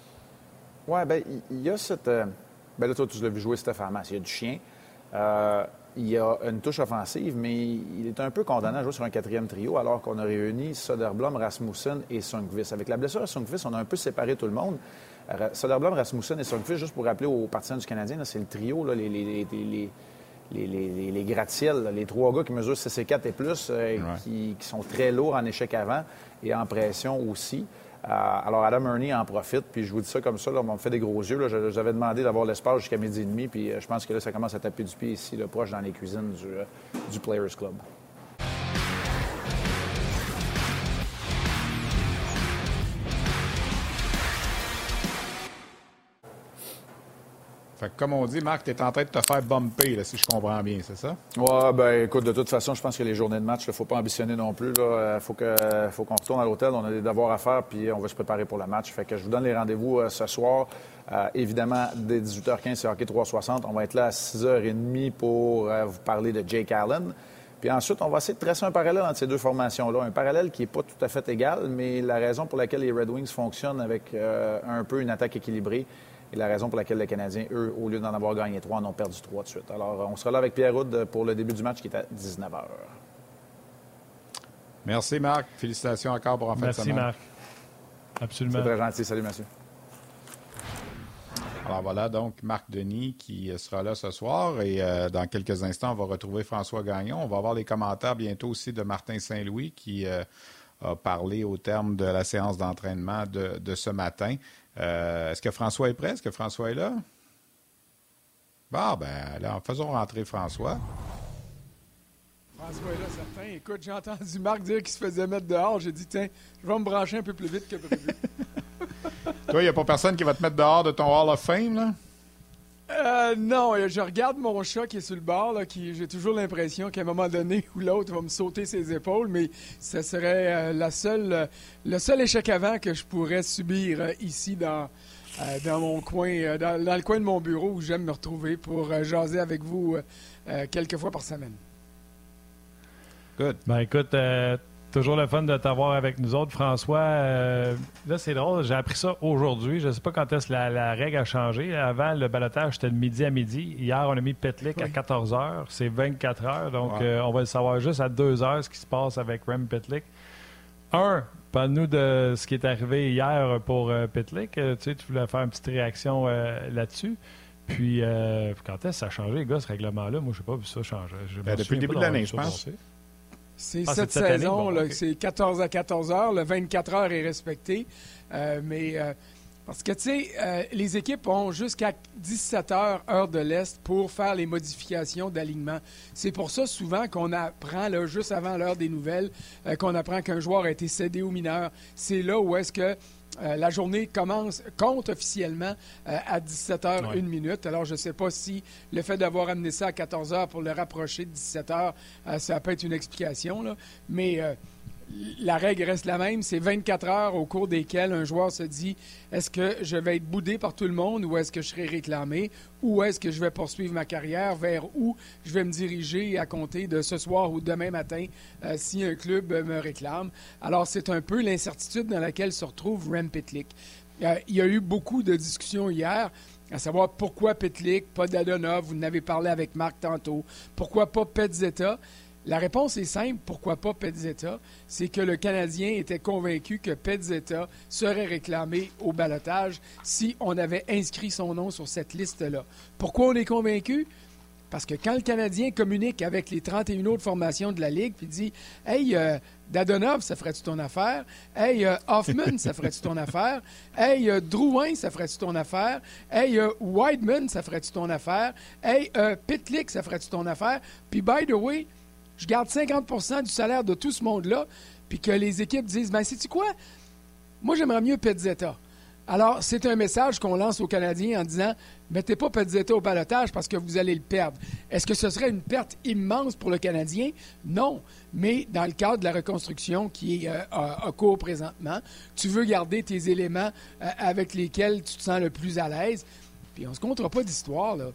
Oui, bien, il y a cette... Euh... Bien là, toi, tu l'as vu jouer, Steph Armas. Il y a du chien. Euh, il y a une touche offensive, mais il est un peu condamné à jouer sur un quatrième trio, alors qu'on a réuni Söderblom, Rasmussen et Sundqvist. Avec la blessure à Sundqvist, on a un peu séparé tout le monde. Soderblom, Rasmussen et Sundqvist, juste pour rappeler aux partisans du Canadien, là, c'est le trio, là, les, les, les, les, les, les, les, les gratte-ciels, là, les trois gars qui mesurent six et quatre et plus, euh, ouais. qui, qui sont très lourds en échec avant et en pression aussi. Euh, alors, Adam Ernie en profite, puis je vous dis ça comme ça, là, on me fait des gros yeux. Là, je, je vous avais demandé d'avoir l'espace jusqu'à midi et demi, puis euh, je pense que là, ça commence à taper du pied ici, là, proche dans les cuisines du, euh, du Players Club. Fait que comme on dit, Marc, tu es en train de te faire bumper, là, si je comprends bien, c'est ça? Oui, bien, écoute, de toute façon, je pense que les journées de match, il ne faut pas ambitionner non plus. Il faut, que, faut qu'on retourne à l'hôtel, on a des devoirs à faire, puis on va se préparer pour le match. Fait que je vous donne les rendez-vous euh, ce soir. Euh, évidemment, dès dix-huit heures quinze, c'est Hockey trois cent soixante. On va être là à six heures trente pour euh, vous parler de Jake Allen. Puis ensuite, on va essayer de tracer un parallèle entre ces deux formations-là. Un parallèle qui n'est pas tout à fait égal, mais la raison pour laquelle les Red Wings fonctionnent avec euh, un peu une attaque équilibrée, et la raison pour laquelle les Canadiens, eux, au lieu d'en avoir gagné trois, en ont perdu trois de suite. Alors, on sera là avec Pierre Houd pour le début du match qui est à dix-neuf heures. Merci, Marc. Félicitations encore pour en fin de semaine. Merci, Marc. Absolument. C'est très gentil. Salut, monsieur. Alors voilà, donc Marc Denis qui sera là ce soir et euh, dans quelques instants, on va retrouver François Gagnon. On va avoir les commentaires bientôt aussi de Martin Saint-Louis qui euh, a parlé au terme de la séance d'entraînement de, de ce matin. Euh, est-ce que François est prêt? Est-ce que François est là? Bon, ben, là, faisons rentrer François. François est là, certain. Écoute, j'ai entendu Marc dire qu'il se faisait mettre dehors. J'ai dit, tiens, je vais me brancher un peu plus vite que prévu. Toi, il n'y a pas personne qui va te mettre dehors de ton Hall of Fame, là? Euh, non, je regarde mon chat qui est sur le bord, là, qui, j'ai toujours l'impression qu'à un moment donné ou l'autre va me sauter ses épaules, mais ce serait euh, la seule, euh, le seul échec avant que je pourrais subir euh, ici dans, euh, dans mon coin, euh, dans, dans le coin de mon bureau où j'aime me retrouver pour euh, jaser avec vous euh, euh, quelques fois par semaine. Good. Ben écoute, euh, toujours le fun de t'avoir avec nous autres, François. Euh, là, c'est drôle, j'ai appris ça aujourd'hui. Je ne sais pas quand est-ce que la, la règle a changé. Avant, le balotage, c'était de midi à midi. Hier, on a mis Pitlick oui. à quatorze heures. C'est vingt-quatre heures. Donc, ouais. euh, on va le savoir juste à deux heures ce qui se passe avec Rem Pitlick. Un, parle-nous de ce qui est arrivé hier pour euh, Pitlick. Euh, tu sais, tu voulais faire une petite réaction euh, là-dessus. Puis, euh, quand est-ce que ça a changé, les gars, ce règlement-là? Moi, je n'ai pas vu ça changer. Ben, depuis le début de l'année, je pense. C'est ah, cette, c'est cette saison, année? Bon, là, okay. c'est quatorze à quatorze heures. Le vingt-quatre heures est respecté. Euh, mais euh, parce que, tu sais, euh, les équipes ont jusqu'à dix-sept heures, heure de l'Est, pour faire les modifications d'alignement. C'est pour ça, souvent, qu'on apprend, là, juste avant l'heure des nouvelles, euh, qu'on apprend qu'un joueur a été cédé aux mineurs. C'est là où est-ce que Euh, la journée commence, compte officiellement euh, à dix-sept heures ouais. une minute. Alors, je ne sais pas si le fait d'avoir amené ça à quatorze heures pour le rapprocher de dix-sept heures, euh, ça peut être une explication, là. Mais euh, la règle reste la même. C'est vingt-quatre heures au cours desquelles un joueur se dit est-ce que je vais être boudé par tout le monde ou est-ce que je serai réclamé ou est-ce que je vais poursuivre ma carrière, vers où je vais me diriger à compter de ce soir ou demain matin euh, si un club euh, me réclame. Alors, c'est un peu l'incertitude dans laquelle se retrouve Rem Pitlick. Euh, il y a eu beaucoup de discussions hier, à savoir pourquoi Pitlick, pas Dadonov, vous en avez parlé avec Marc tantôt, pourquoi pas Pezzetta. La réponse est simple, pourquoi pas Pezzetta? C'est que le Canadien était convaincu que Pezzetta serait réclamé au ballottage si on avait inscrit son nom sur cette liste-là. Pourquoi on est convaincu? Parce que quand le Canadien communique avec les trente et une autres formations de la Ligue puis dit « Hey, euh, Dadonov, ça ferait-tu ton affaire? Hey, euh, Hoffman, ça ferait-tu ton affaire? Hey, euh, Drouin, ça ferait-tu ton affaire? Hey, euh, Wideman, ça ferait-tu ton affaire? Hey, euh, Pitlick, ça ferait-tu ton affaire? Puis, by the way, je garde cinquante pour cent du salaire de tout ce monde-là, puis que les équipes disent, ben sais-tu quoi? Moi, j'aimerais mieux Pezzetta. Alors, c'est un message qu'on lance aux Canadiens en disant, mettez pas Pezzetta au ballottage parce que vous allez le perdre. Est-ce que ce serait une perte immense pour le Canadien? Non. Mais dans le cadre de la reconstruction qui est euh, à, à court présentement, tu veux garder tes éléments euh, avec lesquels tu te sens le plus à l'aise. Puis on se comptera pas d'histoire, là.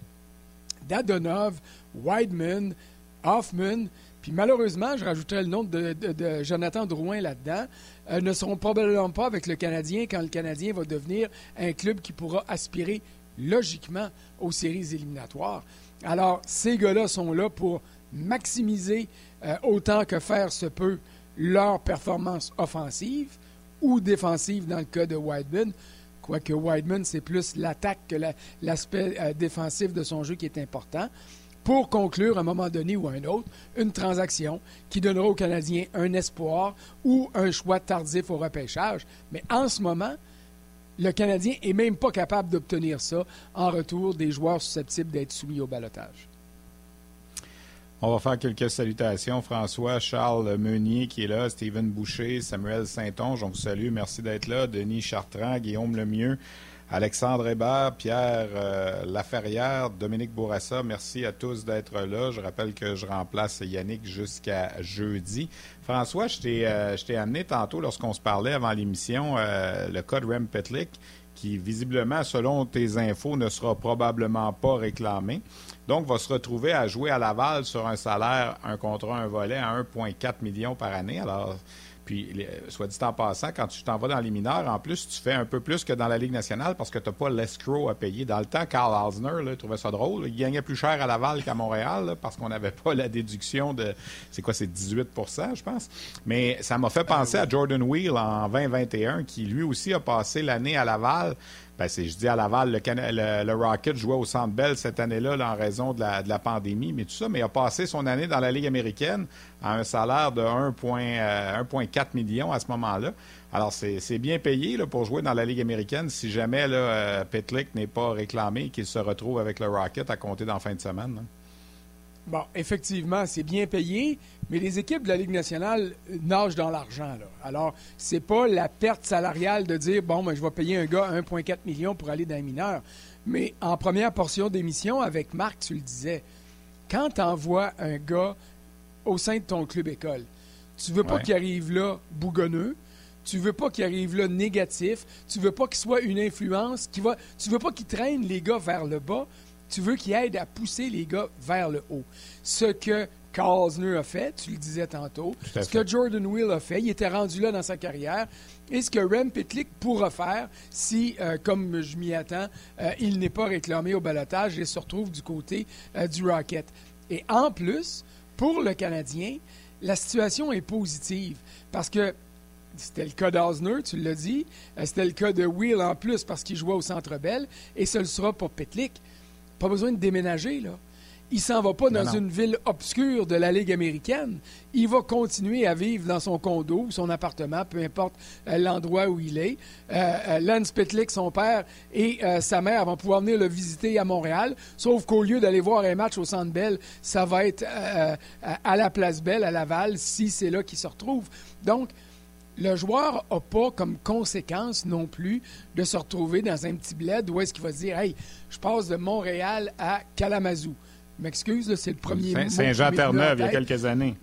Dadonov, Wideman, Hoffman, puis malheureusement, je rajouterais le nom de, de, de Jonathan Drouin là-dedans, euh, ne seront probablement pas avec le Canadien quand le Canadien va devenir un club qui pourra aspirer logiquement aux séries éliminatoires. Alors, ces gars-là sont là pour maximiser euh, autant que faire se peut leur performance offensive ou défensive dans le cas de Wideman, Quoique Wideman, c'est plus l'attaque que la, l'aspect euh, défensif de son jeu qui est important. Pour conclure, à un moment donné ou à un autre, une transaction qui donnera aux Canadiens un espoir ou un choix tardif au repêchage. Mais en ce moment, le Canadien n'est même pas capable d'obtenir ça en retour des joueurs susceptibles d'être soumis au ballottage. On va faire quelques salutations. François, Charles Meunier qui est là, Steven Boucher, Samuel Saint-Onge, on vous salue, merci d'être là. Denis Chartrand, Guillaume Lemieux, Alexandre Hébert, Pierre euh, Laferrière, Dominique Bourassa, merci à tous d'être là. Je rappelle que je remplace Yannick jusqu'à jeudi. François, je t'ai, euh, je t'ai amené tantôt, lorsqu'on se parlait avant l'émission, euh, le cas de Rem Pitlick, qui visiblement, selon tes infos, ne sera probablement pas réclamé. Donc, va se retrouver à jouer à Laval sur un salaire, un contrat, un volet à un virgule quatre million par année. Alors, puis, soit dit en passant, quand tu t'en vas dans les mineurs, en plus, tu fais un peu plus que dans la Ligue nationale parce que tu n'as pas l'escrow à payer. Dans le temps, Carl Hausner, là, il trouvait ça drôle. Il gagnait plus cher à Laval qu'à Montréal là, parce qu'on n'avait pas la déduction de, c'est quoi, c'est dix-huit pour cent, je pense. Mais ça m'a fait penser à Jordan Wheel en vingt vingt et un, qui lui aussi a passé l'année à Laval. Ben, c'est, je dis à Laval, le, le, le Rocket jouait au Centre Bell cette année-là là, en raison de la, de la pandémie, mais tout ça, mais il a passé son année dans la Ligue américaine à un salaire de un virgule quatre million à ce moment-là. Alors, c'est, c'est bien payé là, pour jouer dans la Ligue américaine si jamais là, euh, Pitlick n'est pas réclamé et qu'il se retrouve avec le Rocket à compter dans la fin de semaine. Là. Bon, effectivement, c'est bien payé, mais les équipes de la Ligue nationale nagent dans l'argent. Là. Alors, c'est pas la perte salariale de dire, bon, ben, je vais payer un gars un virgule quatre million pour aller dans les mineurs. Mais en première portion d'émission, avec Marc, tu le disais, quand tu envoies un gars au sein de ton club école, tu veux pas ouais. qu'il arrive là bougonneux, tu veux pas qu'il arrive là négatif, tu veux pas qu'il soit une influence, qui va, tu veux pas qu'il traîne les gars vers le bas, tu veux qu'il aide à pousser les gars vers le haut. Ce que Carl Hausner a fait, tu le disais tantôt, ce fait. que Jordan Wheel a fait, il était rendu là dans sa carrière, et ce que Rem Pitlick pourra faire si, euh, comme je m'y attends, euh, il n'est pas réclamé au ballottage et se retrouve du côté euh, du Rocket. Et en plus, pour le Canadien, la situation est positive parce que c'était le cas d'Hausner, tu l'as dit, euh, c'était le cas de Wheel en plus parce qu'il jouait au Centre Bell, et ce le sera pour Pitlick. Pas besoin de déménager, là. Il s'en va pas dans non, non. une ville obscure de la Ligue américaine. Il va continuer à vivre dans son condo ou son appartement, peu importe euh, l'endroit où il est. Euh, euh, Lance Pitlick, son père, et euh, sa mère vont pouvoir venir le visiter à Montréal, sauf qu'au lieu d'aller voir un match au Centre Bell, ça va être euh, à la Place Bell, à Laval, si c'est là qu'il se retrouve. Donc, le joueur n'a pas comme conséquence non plus de se retrouver dans un petit bled où est-ce qu'il va se dire « Hey, je passe de Montréal à Kalamazoo ». Je m'excuse, là, c'est le premier Saint- Saint-Jean-Terre-Neuve, il y a quelques années.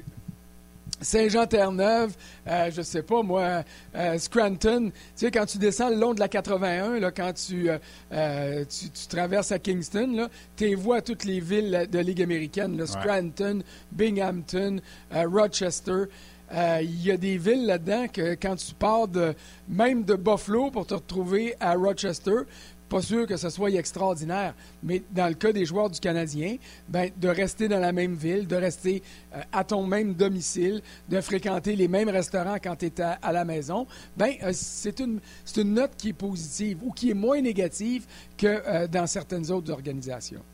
Saint-Jean-Terre-Neuve, euh, je sais pas, moi, euh, Scranton. Tu sais, quand tu descends le long de la quatre-vingt-un, là, quand tu, euh, euh, tu, tu traverses à Kingston, tu vois toutes les villes de Ligue américaine, là, Scranton, ouais. Binghamton, euh, Rochester. Il euh, y a des villes là-dedans que quand tu pars de, même de Buffalo pour te retrouver à Rochester, pas sûr que ce soit extraordinaire. Mais dans le cas des joueurs du Canadien, ben, de rester dans la même ville, de rester euh, à ton même domicile, de fréquenter les mêmes restaurants quand tu es à, à la maison, ben, euh, c'est, une, c'est une note qui est positive ou qui est moins négative que euh, dans certaines autres organisations.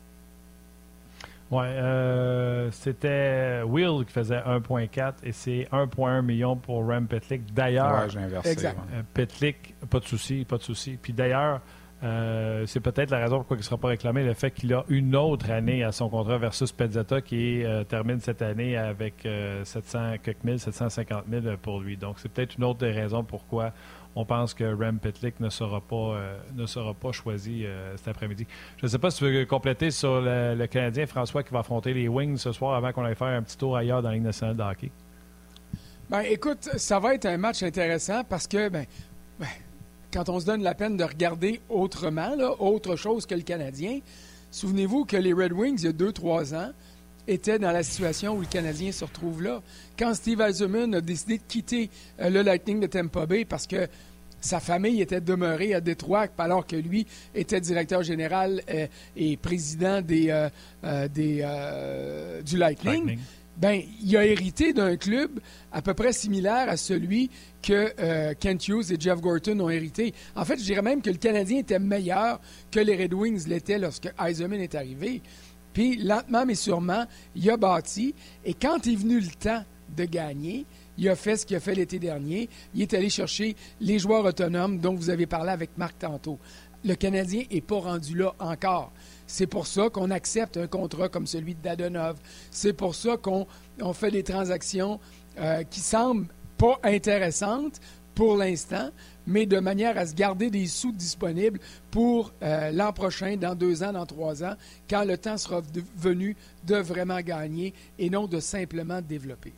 Oui, euh, c'était Will qui faisait un virgule quatre et c'est un virgule un million pour Rem Pitlick. D'ailleurs, ouais, j'ai inversé, exact. Euh, Pitlick, pas de souci, pas de souci. Puis d'ailleurs, euh, c'est peut-être la raison pourquoi il ne sera pas réclamé, le fait qu'il a une autre année à son contrat versus Pezzetta qui euh, termine cette année avec euh, sept cents quelques mille, sept cent cinquante mille pour lui. Donc c'est peut-être une autre des raisons pourquoi on pense que Rem Pitlick ne sera pas, euh, ne sera pas choisi euh, cet après-midi. Je ne sais pas si tu veux compléter sur le, le Canadien François qui va affronter les Wings ce soir avant qu'on aille faire un petit tour ailleurs dans la Ligue nationale de hockey. Ben, écoute, ça va être un match intéressant parce que ben, ben, quand on se donne la peine de regarder autrement, là, autre chose que le Canadien, souvenez-vous que les Red Wings, il y a deux trois ans, étaient dans la situation où le Canadien se retrouve là. Quand Steve Yzerman a décidé de quitter euh, le Lightning de Tampa Bay parce que sa famille était demeurée à Détroit alors que lui était directeur général euh, et président des, euh, euh, des, euh, du Lightning, Lightning. ben, il a hérité d'un club à peu près similaire à celui que euh, Kent Hughes et Jeff Gorton ont hérité. En fait, je dirais même que le Canadien était meilleur que les Red Wings l'étaient lorsque Yzerman est arrivé. Puis, lentement mais sûrement, il a bâti. Et quand est venu le temps de gagner, il a fait ce qu'il a fait l'été dernier. Il est allé chercher les joueurs autonomes dont vous avez parlé avec Marc tantôt. Le Canadien n'est pas rendu là encore. C'est pour ça qu'on accepte un contrat comme celui de Dadonov. C'est pour ça qu'on on fait des transactions euh, qui semblent pas intéressantes pour l'instant, mais de manière à se garder des sous disponibles pour euh, l'an prochain, dans deux ans, dans trois ans, quand le temps sera de, venu de vraiment gagner et non de simplement développer.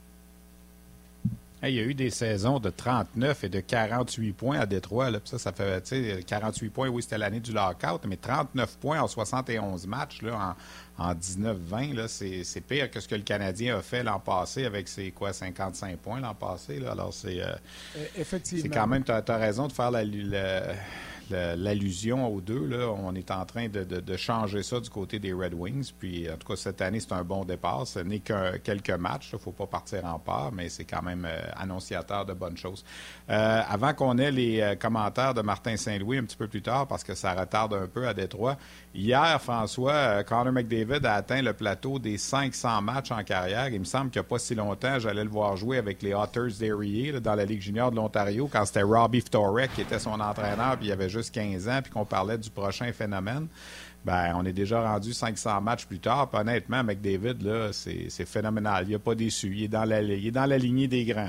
Hey, il y a eu des saisons de trente-neuf et de quarante-huit points à Détroit. Là. Ça, ça fait, tu sais, quarante-huit points, oui, c'était l'année du lockout, mais trente-neuf points en soixante et onze matchs, là, en, en dix-neuf vingt, là, c'est, c'est pire que ce que le Canadien a fait l'an passé avec ses, quoi, cinquante-cinq points l'an passé. Là. Alors, c'est... Euh, Effectivement. C'est quand même, tu as raison de faire la... la l'allusion aux deux, là, on est en train de, de, de changer ça du côté des Red Wings. Puis, en tout cas, cette année, c'est un bon départ. Ce n'est que quelques matchs. Il ne faut pas partir en part, mais c'est quand même euh, annonciateur de bonnes choses. Euh, avant qu'on ait les euh, commentaires de Martin Saint-Louis un petit peu plus tard, parce que ça retarde un peu à Détroit, hier, François, euh, Connor McDavid a atteint le plateau des cinq cents matchs en carrière. Il me semble qu'il n'y a pas si longtemps, j'allais le voir jouer avec les Otters d'Erie là, dans la Ligue junior de l'Ontario, quand c'était Robbie Ftorek qui était son entraîneur, puis il y avait juste quinze ans, puis qu'on parlait du prochain phénomène. Ben, on est déjà rendu cinq cents matchs plus tard. Puis honnêtement, McDavid, là, c'est, c'est phénoménal. Il n'a pas déçu. Il est dans la, il est dans la lignée des grands.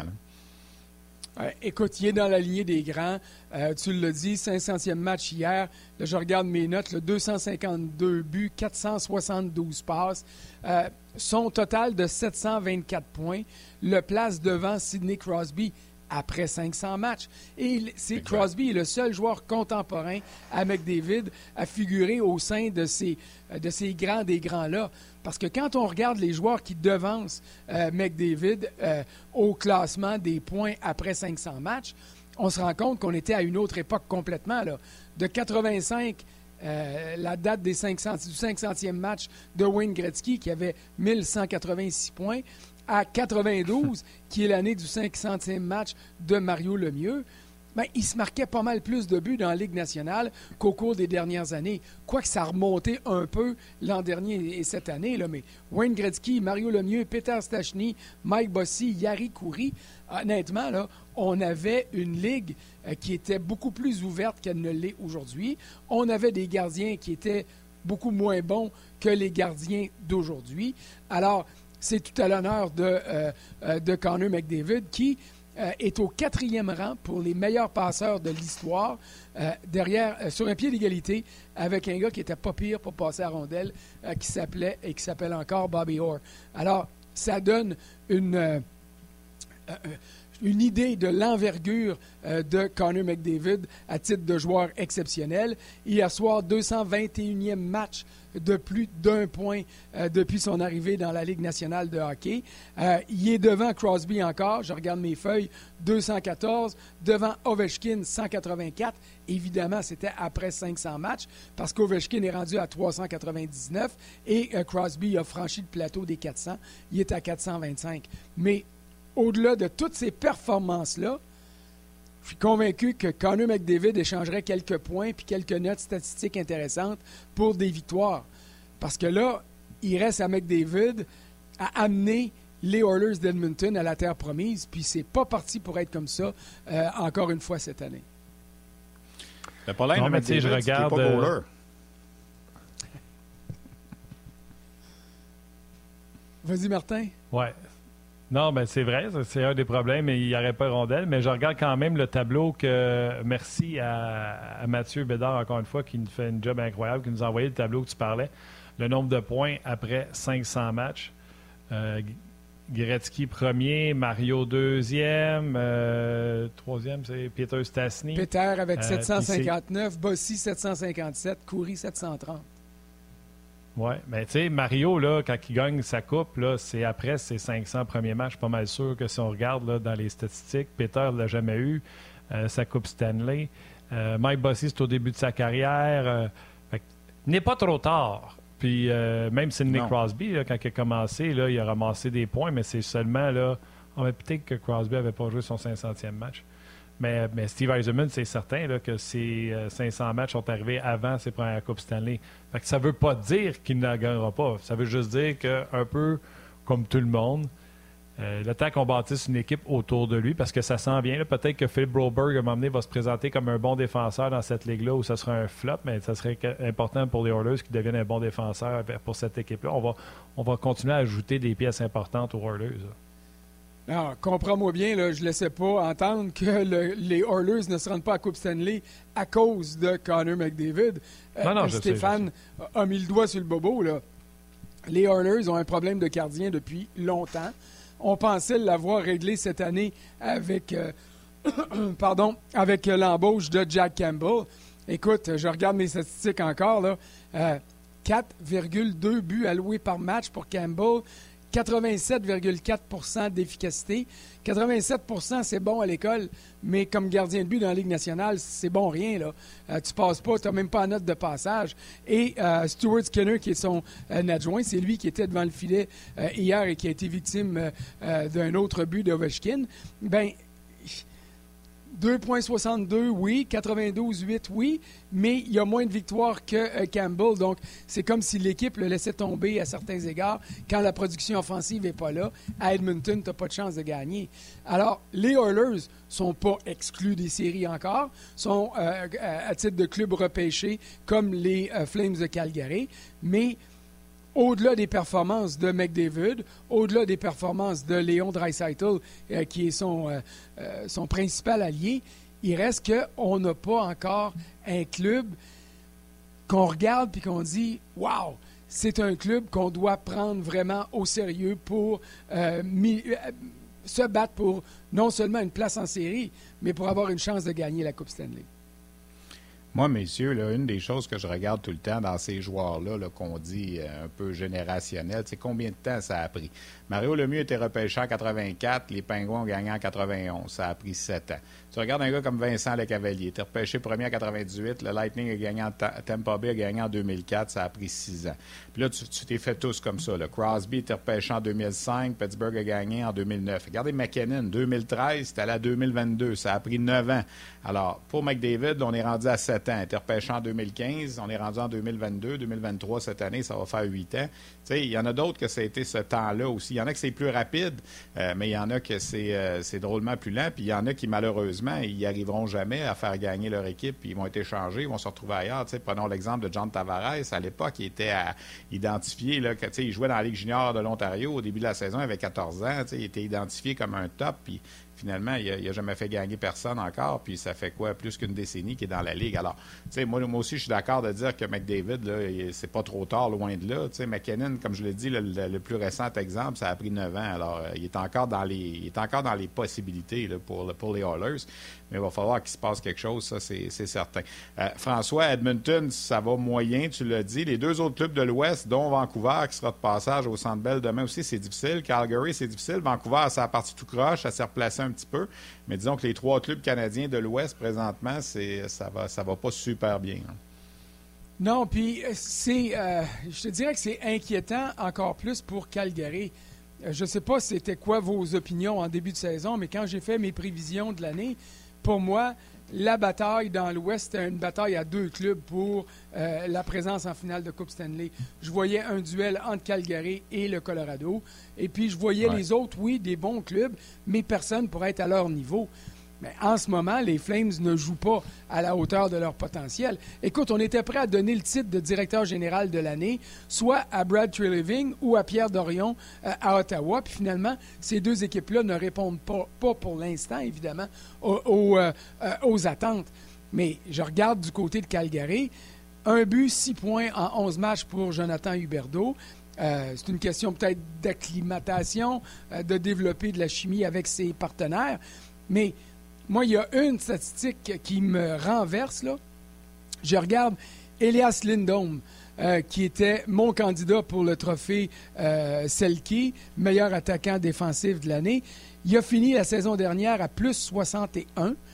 Euh, écoute, il est dans la lignée des grands. Euh, tu l'as dit, cinq centième match hier. Là, je regarde mes notes. Là, deux cent cinquante-deux buts, quatre cent soixante-douze passes. Euh, son total de sept cent vingt-quatre points le place devant Sidney Crosby après cinq cents matchs. Et c'est Crosby est le seul joueur contemporain à McDavid à figurer au sein de ces, de ces grands des grands-là. Parce que quand on regarde les joueurs qui devancent euh, McDavid euh, au classement des points après cinq cents matchs, on se rend compte qu'on était à une autre époque complètement. Là. De quatre-vingt-cinq, euh, la date des cinq cents, du cinq centième match de Wayne Gretzky qui avait mille cent quatre-vingt-six points, à quatre-vingt-douze, qui est l'année du cinq centième match de Mario Lemieux, bien, il se marquait pas mal plus de buts dans la Ligue nationale qu'au cours des dernières années. Quoique ça a remonté un peu l'an dernier et cette année, là, mais Wayne Gretzky, Mario Lemieux, Peter Stachny, Mike Bossy, Jari Kurri, honnêtement, là, on avait une Ligue euh, qui était beaucoup plus ouverte qu'elle ne l'est aujourd'hui. On avait des gardiens qui étaient beaucoup moins bons que les gardiens d'aujourd'hui. Alors, c'est tout à l'honneur de, euh, de Connor McDavid qui euh, est au quatrième rang pour les meilleurs passeurs de l'histoire, euh, derrière, euh, sur un pied d'égalité avec un gars qui était pas pire pour passer à rondelle, euh, qui s'appelait et qui s'appelle encore Bobby Orr. Alors, ça donne une, euh, euh, une idée de l'envergure euh, de Connor McDavid à titre de joueur exceptionnel. Hier soir, deux cent vingt et unième match de plus d'un point euh, depuis son arrivée dans la Ligue nationale de hockey. Euh, il est devant Crosby encore, je regarde mes feuilles, deux cent quatorze, devant Ovechkin, cent quatre-vingt-quatre. Évidemment, c'était après cinq cents matchs, parce qu'Ovechkin est rendu à trois cent quatre-vingt-dix-neuf et euh, Crosby a franchi le plateau des quatre cents. Il est à quatre cent vingt-cinq. Mais au-delà de toutes ces performances-là, je suis convaincu que Connor McDavid échangerait quelques points puis quelques notes statistiques intéressantes pour des victoires. Parce que là, il reste à McDavid à amener les Oilers d'Edmonton à la terre promise, puis c'est pas parti pour être comme ça euh, encore une fois cette année. Le problème non, de mais McDavid, je c'est qu'il n'est pas regarde, goaler. euh... Vas-y, Martin. Ouais. Non, ben c'est vrai, c'est un des problèmes, et il n'y aurait pas rondelle, mais je regarde quand même le tableau que, merci à, à Mathieu Bédard, encore une fois, qui nous fait une job incroyable, qui nous a envoyé le tableau que tu parlais, le nombre de points après cinq cents matchs. Euh, Gretzky premier, Mario deuxième, euh, troisième, c'est Peter Stastny. Peter avec euh, sept cent cinquante-neuf, Bossy sept cent cinquante-sept, Kurri sept cent trente. Oui, mais tu sais, Mario, là, quand il gagne sa coupe, là, c'est après ses cinq cents premiers matchs. Je suis pas mal sûr que si on regarde là, dans les statistiques, Peter ne l'a jamais eu, euh, sa coupe Stanley. Euh, Mike Bossy, c'est au début de sa carrière. Euh, fait, il n'est pas trop tard Puis euh, même Sidney Non. Crosby, là, quand il a commencé, là, il a ramassé des points, mais c'est seulement là. On va peut-être que Crosby n'avait pas joué son cinq centième match. Mais, mais Steve Yzerman, c'est certain là, que ses euh, cinq cents matchs sont arrivés avant ses premières Coupes Stanley. Fait que ça ne veut pas dire qu'il ne gagnera pas. Ça veut juste dire qu'un peu comme tout le monde, euh, le temps qu'on bâtisse une équipe autour de lui, parce que ça sent bien. Là, peut-être que Phil Broberg, à un moment donné, va se présenter comme un bon défenseur dans cette ligue-là où ça sera un flop, mais ça serait important pour les Oilers qu'ils deviennent un bon défenseur pour cette équipe-là. On va, on va continuer à ajouter des pièces importantes aux Oilers. Là. Non, comprends-moi bien, là, je ne laissais pas entendre que le, les Oilers ne se rendent pas à Coupe Stanley à cause de Connor McDavid. Euh, non, non, je Stéphane sais, je sais. a mis le doigt sur le bobo. Là. Les Oilers ont un problème de gardien depuis longtemps. On pensait l'avoir réglé cette année avec, euh, pardon, avec l'embauche de Jack Campbell. Écoute, je regarde mes statistiques encore. Là. Euh, quatre virgule deux buts alloués par match pour Campbell. quatre-vingt-sept virgule quatre pour cent d'efficacité. quatre-vingt-sept pour cent, c'est bon à l'école, mais comme gardien de but dans la Ligue nationale, c'est bon rien. Là. Euh, tu passes pas, tu n'as même pas la note de passage. Et euh, Stuart Skinner, qui est son euh, adjoint, c'est lui qui était devant le filet euh, hier et qui a été victime euh, euh, d'un autre but d'Ovechkin. Ben, deux virgule soixante-deux, oui. quatre-vingt-douze virgule huit, oui. Mais il y a moins de victoires que euh, Campbell. Donc, c'est comme si l'équipe le laissait tomber à certains égards. Quand la production offensive n'est pas là, à Edmonton, tu n'as pas de chance de gagner. Alors, les Oilers sont pas exclus des séries encore. Sont euh, à titre de club repêché comme les euh, Flames de Calgary. Mais au-delà des performances de McDavid, au-delà des performances de Léon Draisaitl, euh, qui est son, euh, euh, son principal allié, il reste qu'on n'a pas encore un club qu'on regarde et qu'on dit « Wow! » C'est un club qu'on doit prendre vraiment au sérieux pour euh, mi- euh, se battre pour non seulement une place en série, mais pour avoir une chance de gagner la Coupe Stanley. Moi, messieurs, là, une des choses que je regarde tout le temps dans ces joueurs-là, là, qu'on dit euh, un peu générationnels, c'est combien de temps ça a pris. Mario Lemieux était repêché en quatre-vingt-quatre, les Pingouins ont gagné en quatre-vingt-onze. Ça a pris sept ans. Tu regardes un gars comme Vincent Lecavalier, il était repêché premier en quatre-vingt-dix-huit, le Lightning a gagné en ta- Tampa Bay a gagné en deux mille quatre, ça a pris six ans. Puis là, tu, tu t'es fait tous comme ça. Là. Crosby était repêché en deux mille cinq, Pittsburgh a gagné en deux mille neuf. Regardez McKinnon, deux mille treize, c'était allé à deux mille vingt-deux, ça a pris neuf ans. Alors, pour McDavid, on est rendu à sept ans. Il était repêché en deux mille quinze, on est rendu en deux mille vingt-deux, deux mille vingt-trois cette année, ça va faire huit ans. Tu sais, il y en a d'autres que ça a été ce temps-là aussi. Il y en a que c'est plus rapide, euh, mais il y en a que c'est, euh, c'est drôlement plus lent. Puis il y en a qui, malheureusement, ils n'y arriveront jamais à faire gagner leur équipe. Puis ils vont être échangés, ils vont se retrouver ailleurs. Tu sais, prenons l'exemple de John Tavares. À l'époque, il était à identifier, là, que, tu sais, il jouait dans la Ligue junior de l'Ontario au début de la saison, il avait quatorze ans. Tu sais, il était identifié comme un top. Puis finalement, il n'a jamais fait gagner personne encore, puis ça fait quoi, plus qu'une décennie qu'il est dans la Ligue. Alors, tu sais, moi, moi aussi, je suis d'accord de dire que McDavid, là, c'est pas trop tard, loin de là. Tu sais, McKinnon, comme je l'ai dit, le, le, le plus récent exemple, ça a pris neuf ans. Alors, euh, il est encore dans les, il est encore dans les possibilités là, pour, pour les Oilers, mais il va falloir qu'il se passe quelque chose, ça, c'est, c'est certain. Euh, François, Edmonton, ça va moyen, tu l'as dit. Les deux autres clubs de l'Ouest, dont Vancouver, qui sera de passage au Centre Bell demain aussi, c'est difficile. Calgary, c'est difficile. Vancouver, ça a parti tout croche, ça s'est replacé un petit peu. Mais disons que les trois clubs canadiens de l'Ouest, présentement, c'est, ça va, ça va pas super bien. Hein. Non, puis c'est, euh, je te dirais que c'est inquiétant encore plus pour Calgary. Je ne sais pas c'était quoi vos opinions en début de saison, mais quand j'ai fait mes prévisions de l'année, pour moi, la bataille dans l'Ouest, c'était une bataille à deux clubs pour euh, la présence en finale de Coupe Stanley. Je voyais un duel entre Calgary et le Colorado. Et puis, je voyais ouais. les autres, oui, des bons clubs, mais personne pourrait être à leur niveau. Mais en ce moment, les Flames ne jouent pas à la hauteur de leur potentiel. Écoute, on était prêt à donner le titre de directeur général de l'année, soit à Brad Treliving ou à Pierre Dorion euh, à Ottawa. Puis finalement, ces deux équipes-là ne répondent pas, pas pour l'instant, évidemment, aux, aux, euh, aux attentes. Mais je regarde du côté de Calgary, un but, six points en onze matchs pour Jonathan Huberdeau. Euh, c'est une question peut-être d'acclimatation, euh, de développer de la chimie avec ses partenaires. Mais moi, il y a une statistique qui me renverse, là. Je regarde Elias Lindholm, euh, qui était mon candidat pour le trophée euh, Selke, meilleur attaquant défensif de l'année. Il a fini la saison dernière à plus soixante et un.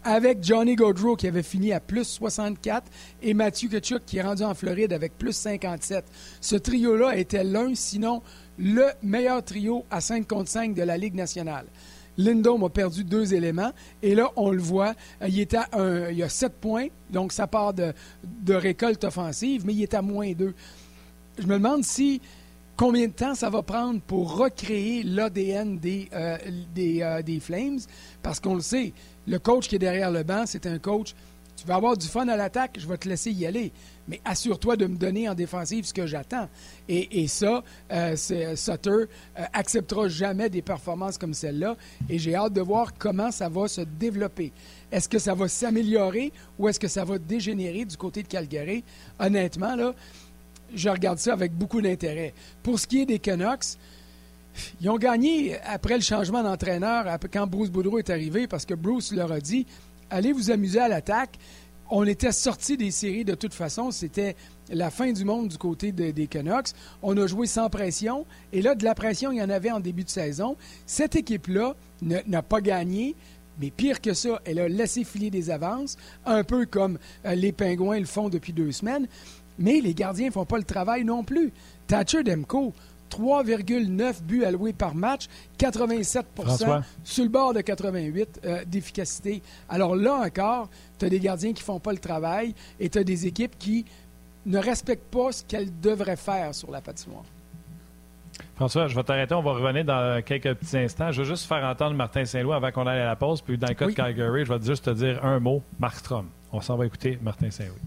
avec Johnny Gaudreau qui avait fini à plus soixante-quatre et Matthew Tkachuk qui est rendu en Floride avec plus cinquante-sept. Ce trio-là était l'un, sinon le meilleur trio à cinq contre cinq de la Ligue nationale. Lindholm a perdu deux éléments et là, on le voit, il, est à un, il y a sept points, donc ça part de, de récolte offensive, mais il est à moins deux. Je me demande si combien de temps ça va prendre pour recréer l'A D N des, euh, des, euh, des Flames, parce qu'on le sait, le coach qui est derrière le banc, c'est un coach, tu vas avoir du fun à l'attaque, je vais te laisser y aller, mais assure-toi de me donner en défensive ce que j'attends. Et, et ça, euh, c'est, Sutter euh, acceptera jamais des performances comme celle-là, et j'ai hâte de voir comment ça va se développer. Est-ce que ça va s'améliorer ou est-ce que ça va dégénérer du côté de Calgary? Honnêtement, là, je regarde ça avec beaucoup d'intérêt. Pour ce qui est des Canucks, ils ont gagné après le changement d'entraîneur, quand Bruce Boudreau est arrivé, parce que Bruce leur a dit « Allez vous amuser à l'attaque ». On était sortis des séries de toute façon. C'était la fin du monde du côté de, des Canucks. On a joué sans pression. Et là, de la pression, il y en avait en début de saison. Cette équipe-là ne, n'a pas gagné. Mais pire que ça, elle a laissé filer des avances, un peu comme euh, les Pingouins le font depuis deux semaines. Mais les gardiens ne font pas le travail non plus. Thatcher Demko, trois virgule neuf buts alloués par match, quatre-vingt-sept pour cent François. Sur le bord de quatre-vingt-huit euh, d'efficacité. Alors là encore, tu as des gardiens qui ne font pas le travail et tu as des équipes qui ne respectent pas ce qu'elles devraient faire sur la patinoire. François, je vais t'arrêter. On va revenir dans quelques petits instants. Je veux juste faire entendre Martin Saint-Louis avant qu'on aille à la pause. Puis dans le cas oui. de Calgary, je vais juste te dire un mot, Markstrom. On s'en va écouter Martin Saint-Louis.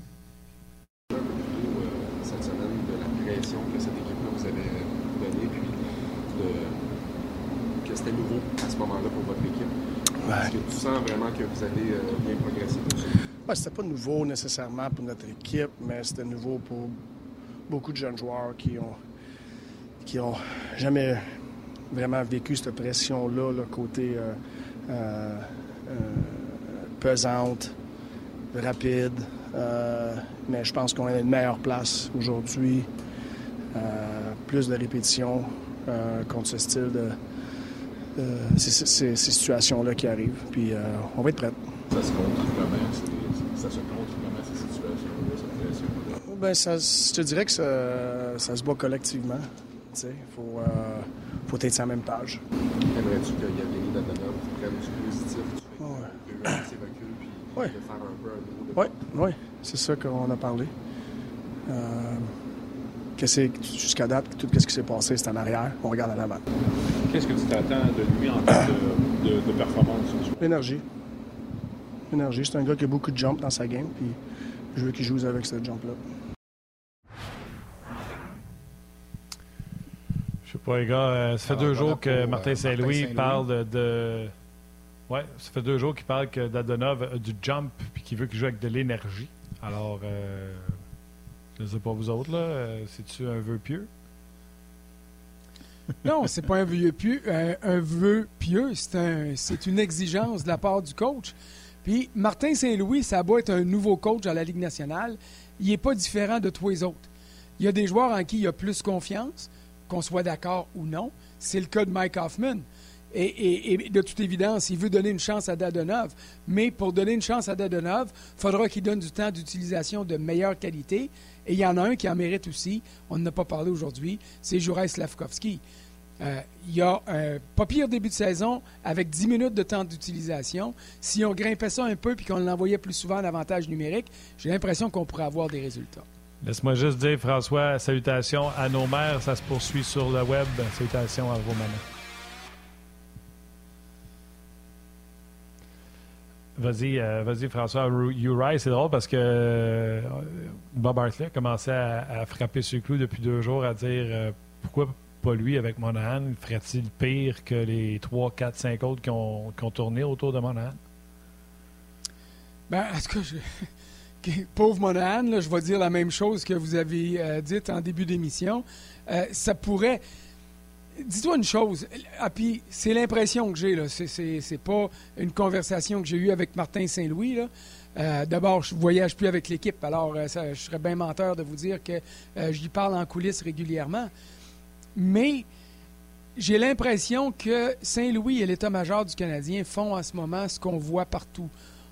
Cette semaine, de la pression que cette équipe-là vous avait donnée, puis de... que c'était nouveau à ce moment-là pour votre équipe. Ouais. Est-ce que tu sens vraiment que vous avez euh, bien progressé pour ça? Ouais, c'était pas nouveau nécessairement pour notre équipe, mais c'était nouveau pour beaucoup de jeunes joueurs qui ont qui ont jamais vraiment vécu cette pression-là, le côté euh, euh, euh, pesante, rapide. Euh, mais je pense qu'on a une meilleure place aujourd'hui. Euh, plus de répétitions euh, contre ce style de... Euh, ces, ces, ces situations-là qui arrivent. Puis euh, on va être prêts. Ça se contre comment? Ça se contre comment ces situations-là, cette pression-là? Ben, ça, je te dirais que ça, ça se bat collectivement. Il faut, euh, faut être sur la même page. Aimerais-tu que Yevgeny Dadonov prenne du positif, tu fais ouais. un petit recul, puis ouais. de faire un peu un nouveau... Oui, oui, c'est ça qu'on a parlé. Euh, que c'est, jusqu'à date, tout ce qui s'est passé, c'est en arrière. On regarde en avant. Qu'est-ce que tu t'attends de lui en termes de, de, de performance? L'énergie. L'énergie. C'est un gars qui a beaucoup de jump dans sa game, puis je veux qu'il joue avec ce jump-là. Je sais pas, les gars, euh, ça fait Alors, deux voilà jours que pour, Martin Saint-Louis, Martin Saint-Louis parle de... de... Oui, ça fait deux jours qu'il parle que Dadonov a du jump puis qu'il veut qu'il joue avec de l'énergie. Alors, euh, je ne sais pas vous autres, là, euh, c'est-tu un vœu pieux? Non, c'est pas un vœu pieux. Un, un vœu pieux, c'est, un, c'est une exigence de la part du coach. Puis Martin Saint-Louis, ça a beau être un nouveau coach à la Ligue nationale, il n'est pas différent de tous les autres. Il y a des joueurs en qui il a plus confiance, qu'on soit d'accord ou non. C'est le cas de Mike Hoffman. Et, et, et de toute évidence, il veut donner une chance à Dadonov. Mais pour donner une chance à Dadonov, il faudra qu'il donne du temps d'utilisation de meilleure qualité. Et il y en a un qui en mérite aussi. On n'en a pas parlé aujourd'hui. C'est Juraj Slafkovský. Euh, il y a un pas pire début de saison avec dix minutes de temps d'utilisation. Si on grimpait ça un peu et qu'on l'envoyait plus souvent en avantage numérique, j'ai l'impression qu'on pourrait avoir des résultats. Laisse-moi juste dire, François, salutations à nos mères. Ça se poursuit sur le web. Salutations à vos mamans. Vas-y, euh, vas-y, François. Uri, c'est drôle parce que euh, Bob Hartley a commencé à, à frapper sur le clou depuis deux jours à dire euh, pourquoi pas lui avec Monahan? Ferait-il pire que les trois, quatre, cinq autres qui ont, qui ont tourné autour de Monahan? Ben, en tout cas, je... pauvre Monahan, là, je vais dire la même chose que vous avez euh, dit en début d'émission. Euh, ça pourrait... Dis-toi une chose, ah, puis c'est l'impression que j'ai, là. C'est, c'est, c'est pas une conversation que j'ai eue avec Martin Saint-Louis, là. Euh, d'abord, je ne voyage plus avec l'équipe, alors euh, ça, je serais bien menteur de vous dire que euh, j'y parle en coulisses régulièrement. Mais j'ai l'impression que Saint-Louis et l'état-major du Canadien font en ce moment ce qu'on voit partout.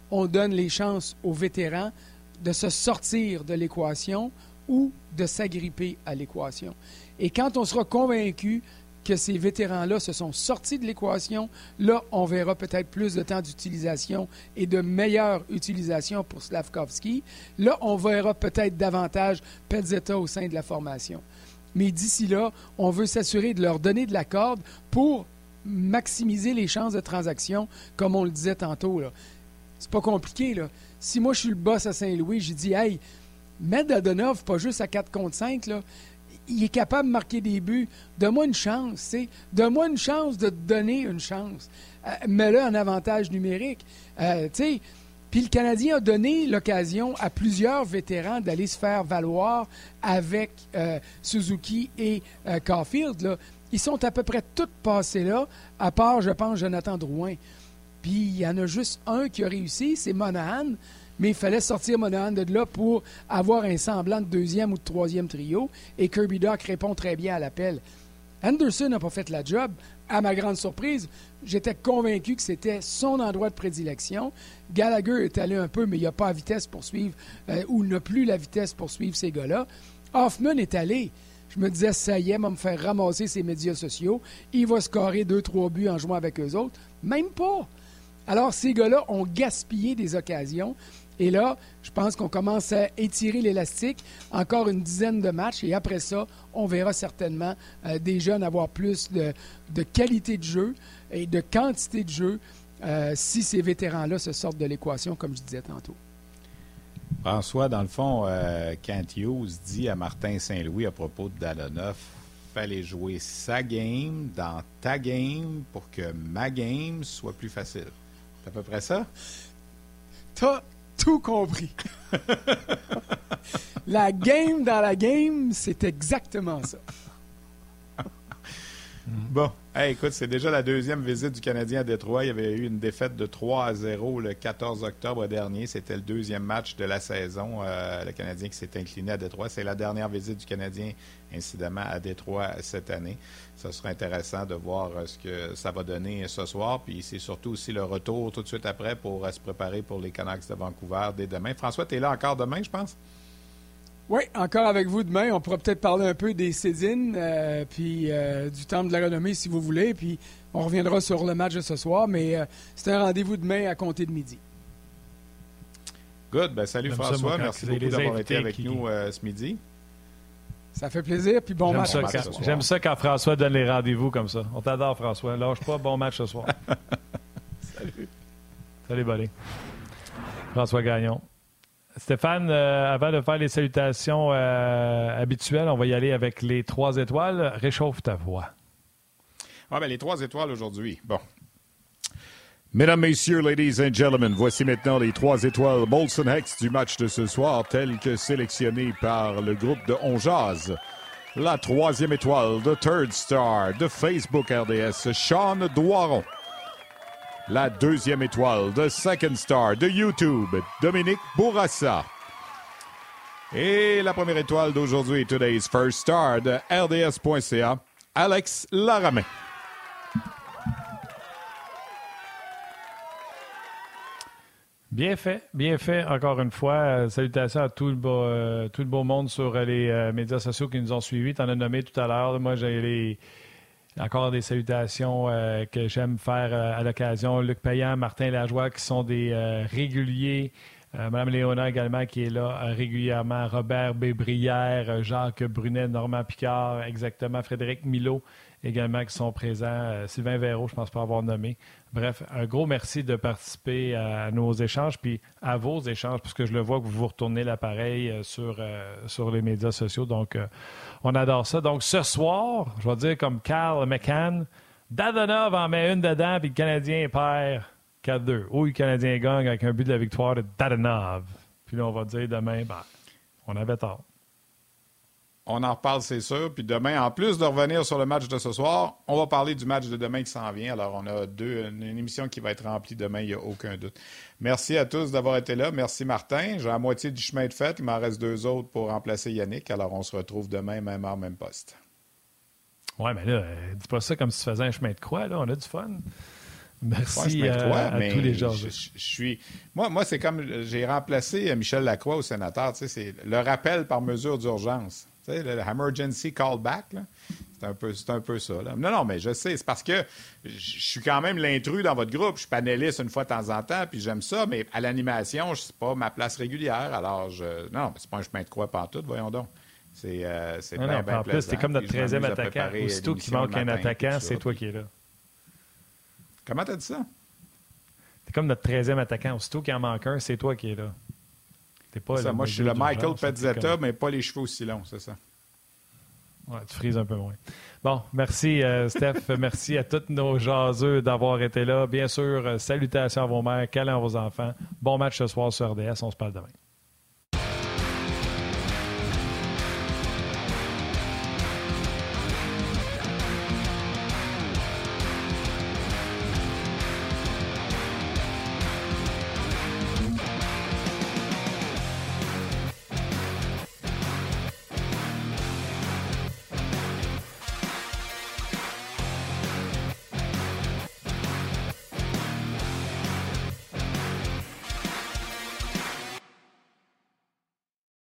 on donne les chances aux vétérans de se sortir de l'équation ou de s'agripper à l'équation. Et quand on sera convaincu que ces vétérans-là se sont sortis de l'équation, là, on verra peut-être plus de temps d'utilisation et de meilleure utilisation pour Slavkovski. Là, on verra peut-être davantage Pezzetta au sein de la formation. Mais d'ici là, on veut s'assurer de leur donner de la corde pour maximiser les chances de transaction, comme on le disait tantôt, là. C'est pas compliqué, là. Si moi, je suis le boss à Saint-Louis, j'ai dit, hey, mets Dadonov pas juste à quatre contre cinq, là. Il est capable de marquer des buts. Donne-moi une chance, tu sais. Donne-moi une chance de te donner une chance. Euh, mets-le en avantage numérique. Euh, tu sais, puis le Canadien a donné l'occasion à plusieurs vétérans d'aller se faire valoir avec euh, Suzuki et euh, Caulfield, là. Ils sont à peu près tous passés là, à part, je pense, Jonathan Drouin. Puis il y en a juste un qui a réussi, c'est Monahan. Mais il fallait sortir Monahan de là pour avoir un semblant de deuxième ou de troisième trio. Et Kirby Dach répond très bien à l'appel. Anderson n'a pas fait la job. À ma grande surprise, j'étais convaincu que c'était son endroit de prédilection. Gallagher est allé un peu, mais il n'a pas la vitesse pour suivre, euh, ou n'a plus la vitesse pour suivre ces gars-là. Hoffman est allé. Je me disais, ça y est, il va me faire ramasser ses médias sociaux. Il va scorer deux, trois buts en jouant avec eux autres. Même pas. Alors, ces gars-là ont gaspillé des occasions. Et là, je pense qu'on commence à étirer l'élastique, encore une dizaine de matchs, et après ça, on verra certainement euh, des jeunes avoir plus de, de qualité de jeu et de quantité de jeu euh, si ces vétérans-là se sortent de l'équation, comme je disais tantôt. François, dans le fond, euh, Kent Hughes dit à Martin Saint-Louis à propos de Dadonov, fallait jouer sa game dans ta game pour que ma game soit plus facile. C'est à peu près ça? T'as tout compris. La game dans la game, c'est exactement ça. Bon, hey, écoute, c'est déjà la deuxième visite du Canadien à Détroit. Il y avait eu une défaite de trois à zéro le quatorze octobre dernier. C'était le deuxième match de la saison. Euh, le Canadien qui s'est incliné à Détroit. C'est la dernière visite du Canadien, incidemment, à Détroit cette année. Ça sera intéressant de voir ce que ça va donner ce soir. Puis c'est surtout aussi le retour tout de suite après pour se préparer pour les Canucks de Vancouver dès demain. François, tu es là encore demain, je pense? Oui, encore avec vous demain. On pourra peut-être parler un peu des Cédines, euh, puis euh, du Temple de la Renommée, si vous voulez. Puis on reviendra sur le match de ce soir. Mais euh, c'est un rendez-vous demain à compter de midi. Good. Ben, salut J'aime François. ça, moi, merci beaucoup d'avoir été avec qui... nous euh, ce midi. Ça fait plaisir. Puis bon J'aime match. Ça match quand, ce soir. J'aime ça quand François donne les rendez-vous comme ça. On t'adore, François. Lâche pas. Bon match ce soir. Salut. Salut, buddy. François Gagnon. Stéphane, euh, avant de faire les salutations euh, habituelles, on va y aller avec les trois étoiles. Réchauffe ta voix. Ah ben les trois étoiles aujourd'hui. Bon. Mesdames, Messieurs, Ladies and Gentlemen, voici maintenant les trois étoiles Molson Hex du match de ce soir, telles que sélectionnées par le groupe de On Jase. La troisième étoile de Third Star de Facebook R D S, Sean Doiron. La deuxième étoile de Second Star de YouTube, Dominique Bourassa. Et la première étoile d'aujourd'hui, Today's First Star de R D S point C A, Alex Laramé. Bien fait, bien fait, encore une fois. Euh, salutations à tout le, beau, euh, tout le beau monde sur euh, les euh, médias sociaux qui nous ont suivis. Tu en as nommé tout à l'heure. Moi, j'ai les... Encore des salutations euh, que j'aime faire euh, à l'occasion. Luc Payan, Martin Lajoie qui sont des euh, réguliers. Euh, Mme Léona également qui est là euh, régulièrement. Robert Bébrière, euh, Jacques Brunet, Normand Picard, exactement. Frédéric Milot également qui sont présents. Euh, Sylvain Véraud, je ne pense pas avoir nommé. Bref, un gros merci de participer à nos échanges puis à vos échanges parce que je le vois que vous vous retournez l'appareil euh, sur, euh, sur les médias sociaux. Donc, euh, on adore ça. Donc, ce soir, je vais dire comme Carl McCann, Dadonov en met une dedans puis le Canadien perd quatre deux. Ou le Canadien gagne avec un but de la victoire de Dadonov. Puis là, on va dire demain, ben, on avait tort. On en reparle, c'est sûr. Puis demain, en plus de revenir sur le match de ce soir, on va parler du match de demain qui s'en vient. Alors, on a deux, une émission qui va être remplie demain, il n'y a aucun doute. Merci à tous d'avoir été là. Merci, Martin. J'ai la moitié du chemin de fait. Il m'en reste deux autres pour remplacer Yannick. Alors, on se retrouve demain, même heure, même poste. Ouais, mais là, dis pas ça comme si tu faisais un chemin de croix. Là. On a du fun. Merci ouais, je à, toi, à mais tous les gens. Je, je, je suis... Moi, moi c'est comme j'ai remplacé Michel Lacroix au sénateur. Tu sais, c'est le rappel par mesure d'urgence. Tu sais, le emergency callback, là. C'est un peu, c'est un peu ça. Là. Non, non, mais je sais, c'est parce que je suis quand même l'intrus dans votre groupe. Je suis panéliste une fois de temps en temps, puis j'aime ça, mais à l'animation, c'est pas ma place régulière. Alors, je... non, c'est pas un chemin de croix pantoute, voyons donc. C'est, euh, c'est non, bien, non, bien en plus, plaisant. c'est comme notre Puis je treizième m'amuse à attaquant. préparer Aussitôt qu'il l'émission manque le un matin, attaquant, tout c'est ça. toi qui es là. Comment t'as dit ça? T'es comme notre treizième attaquant. Aussitôt qu'il en manque un, c'est toi qui es là. T'es pas Ça, le moi, je suis le mesure Michael d'urgence, Pezzetta, c'est comme- mais pas les cheveux aussi longs, c'est ça. Ouais, tu frises un peu moins. Bon, merci euh, Steph. Merci à tous nos jaseux d'avoir été là. Bien sûr, euh, salutations à vos mères, câlins à vos enfants. Bon match ce soir sur R D S. On se parle demain.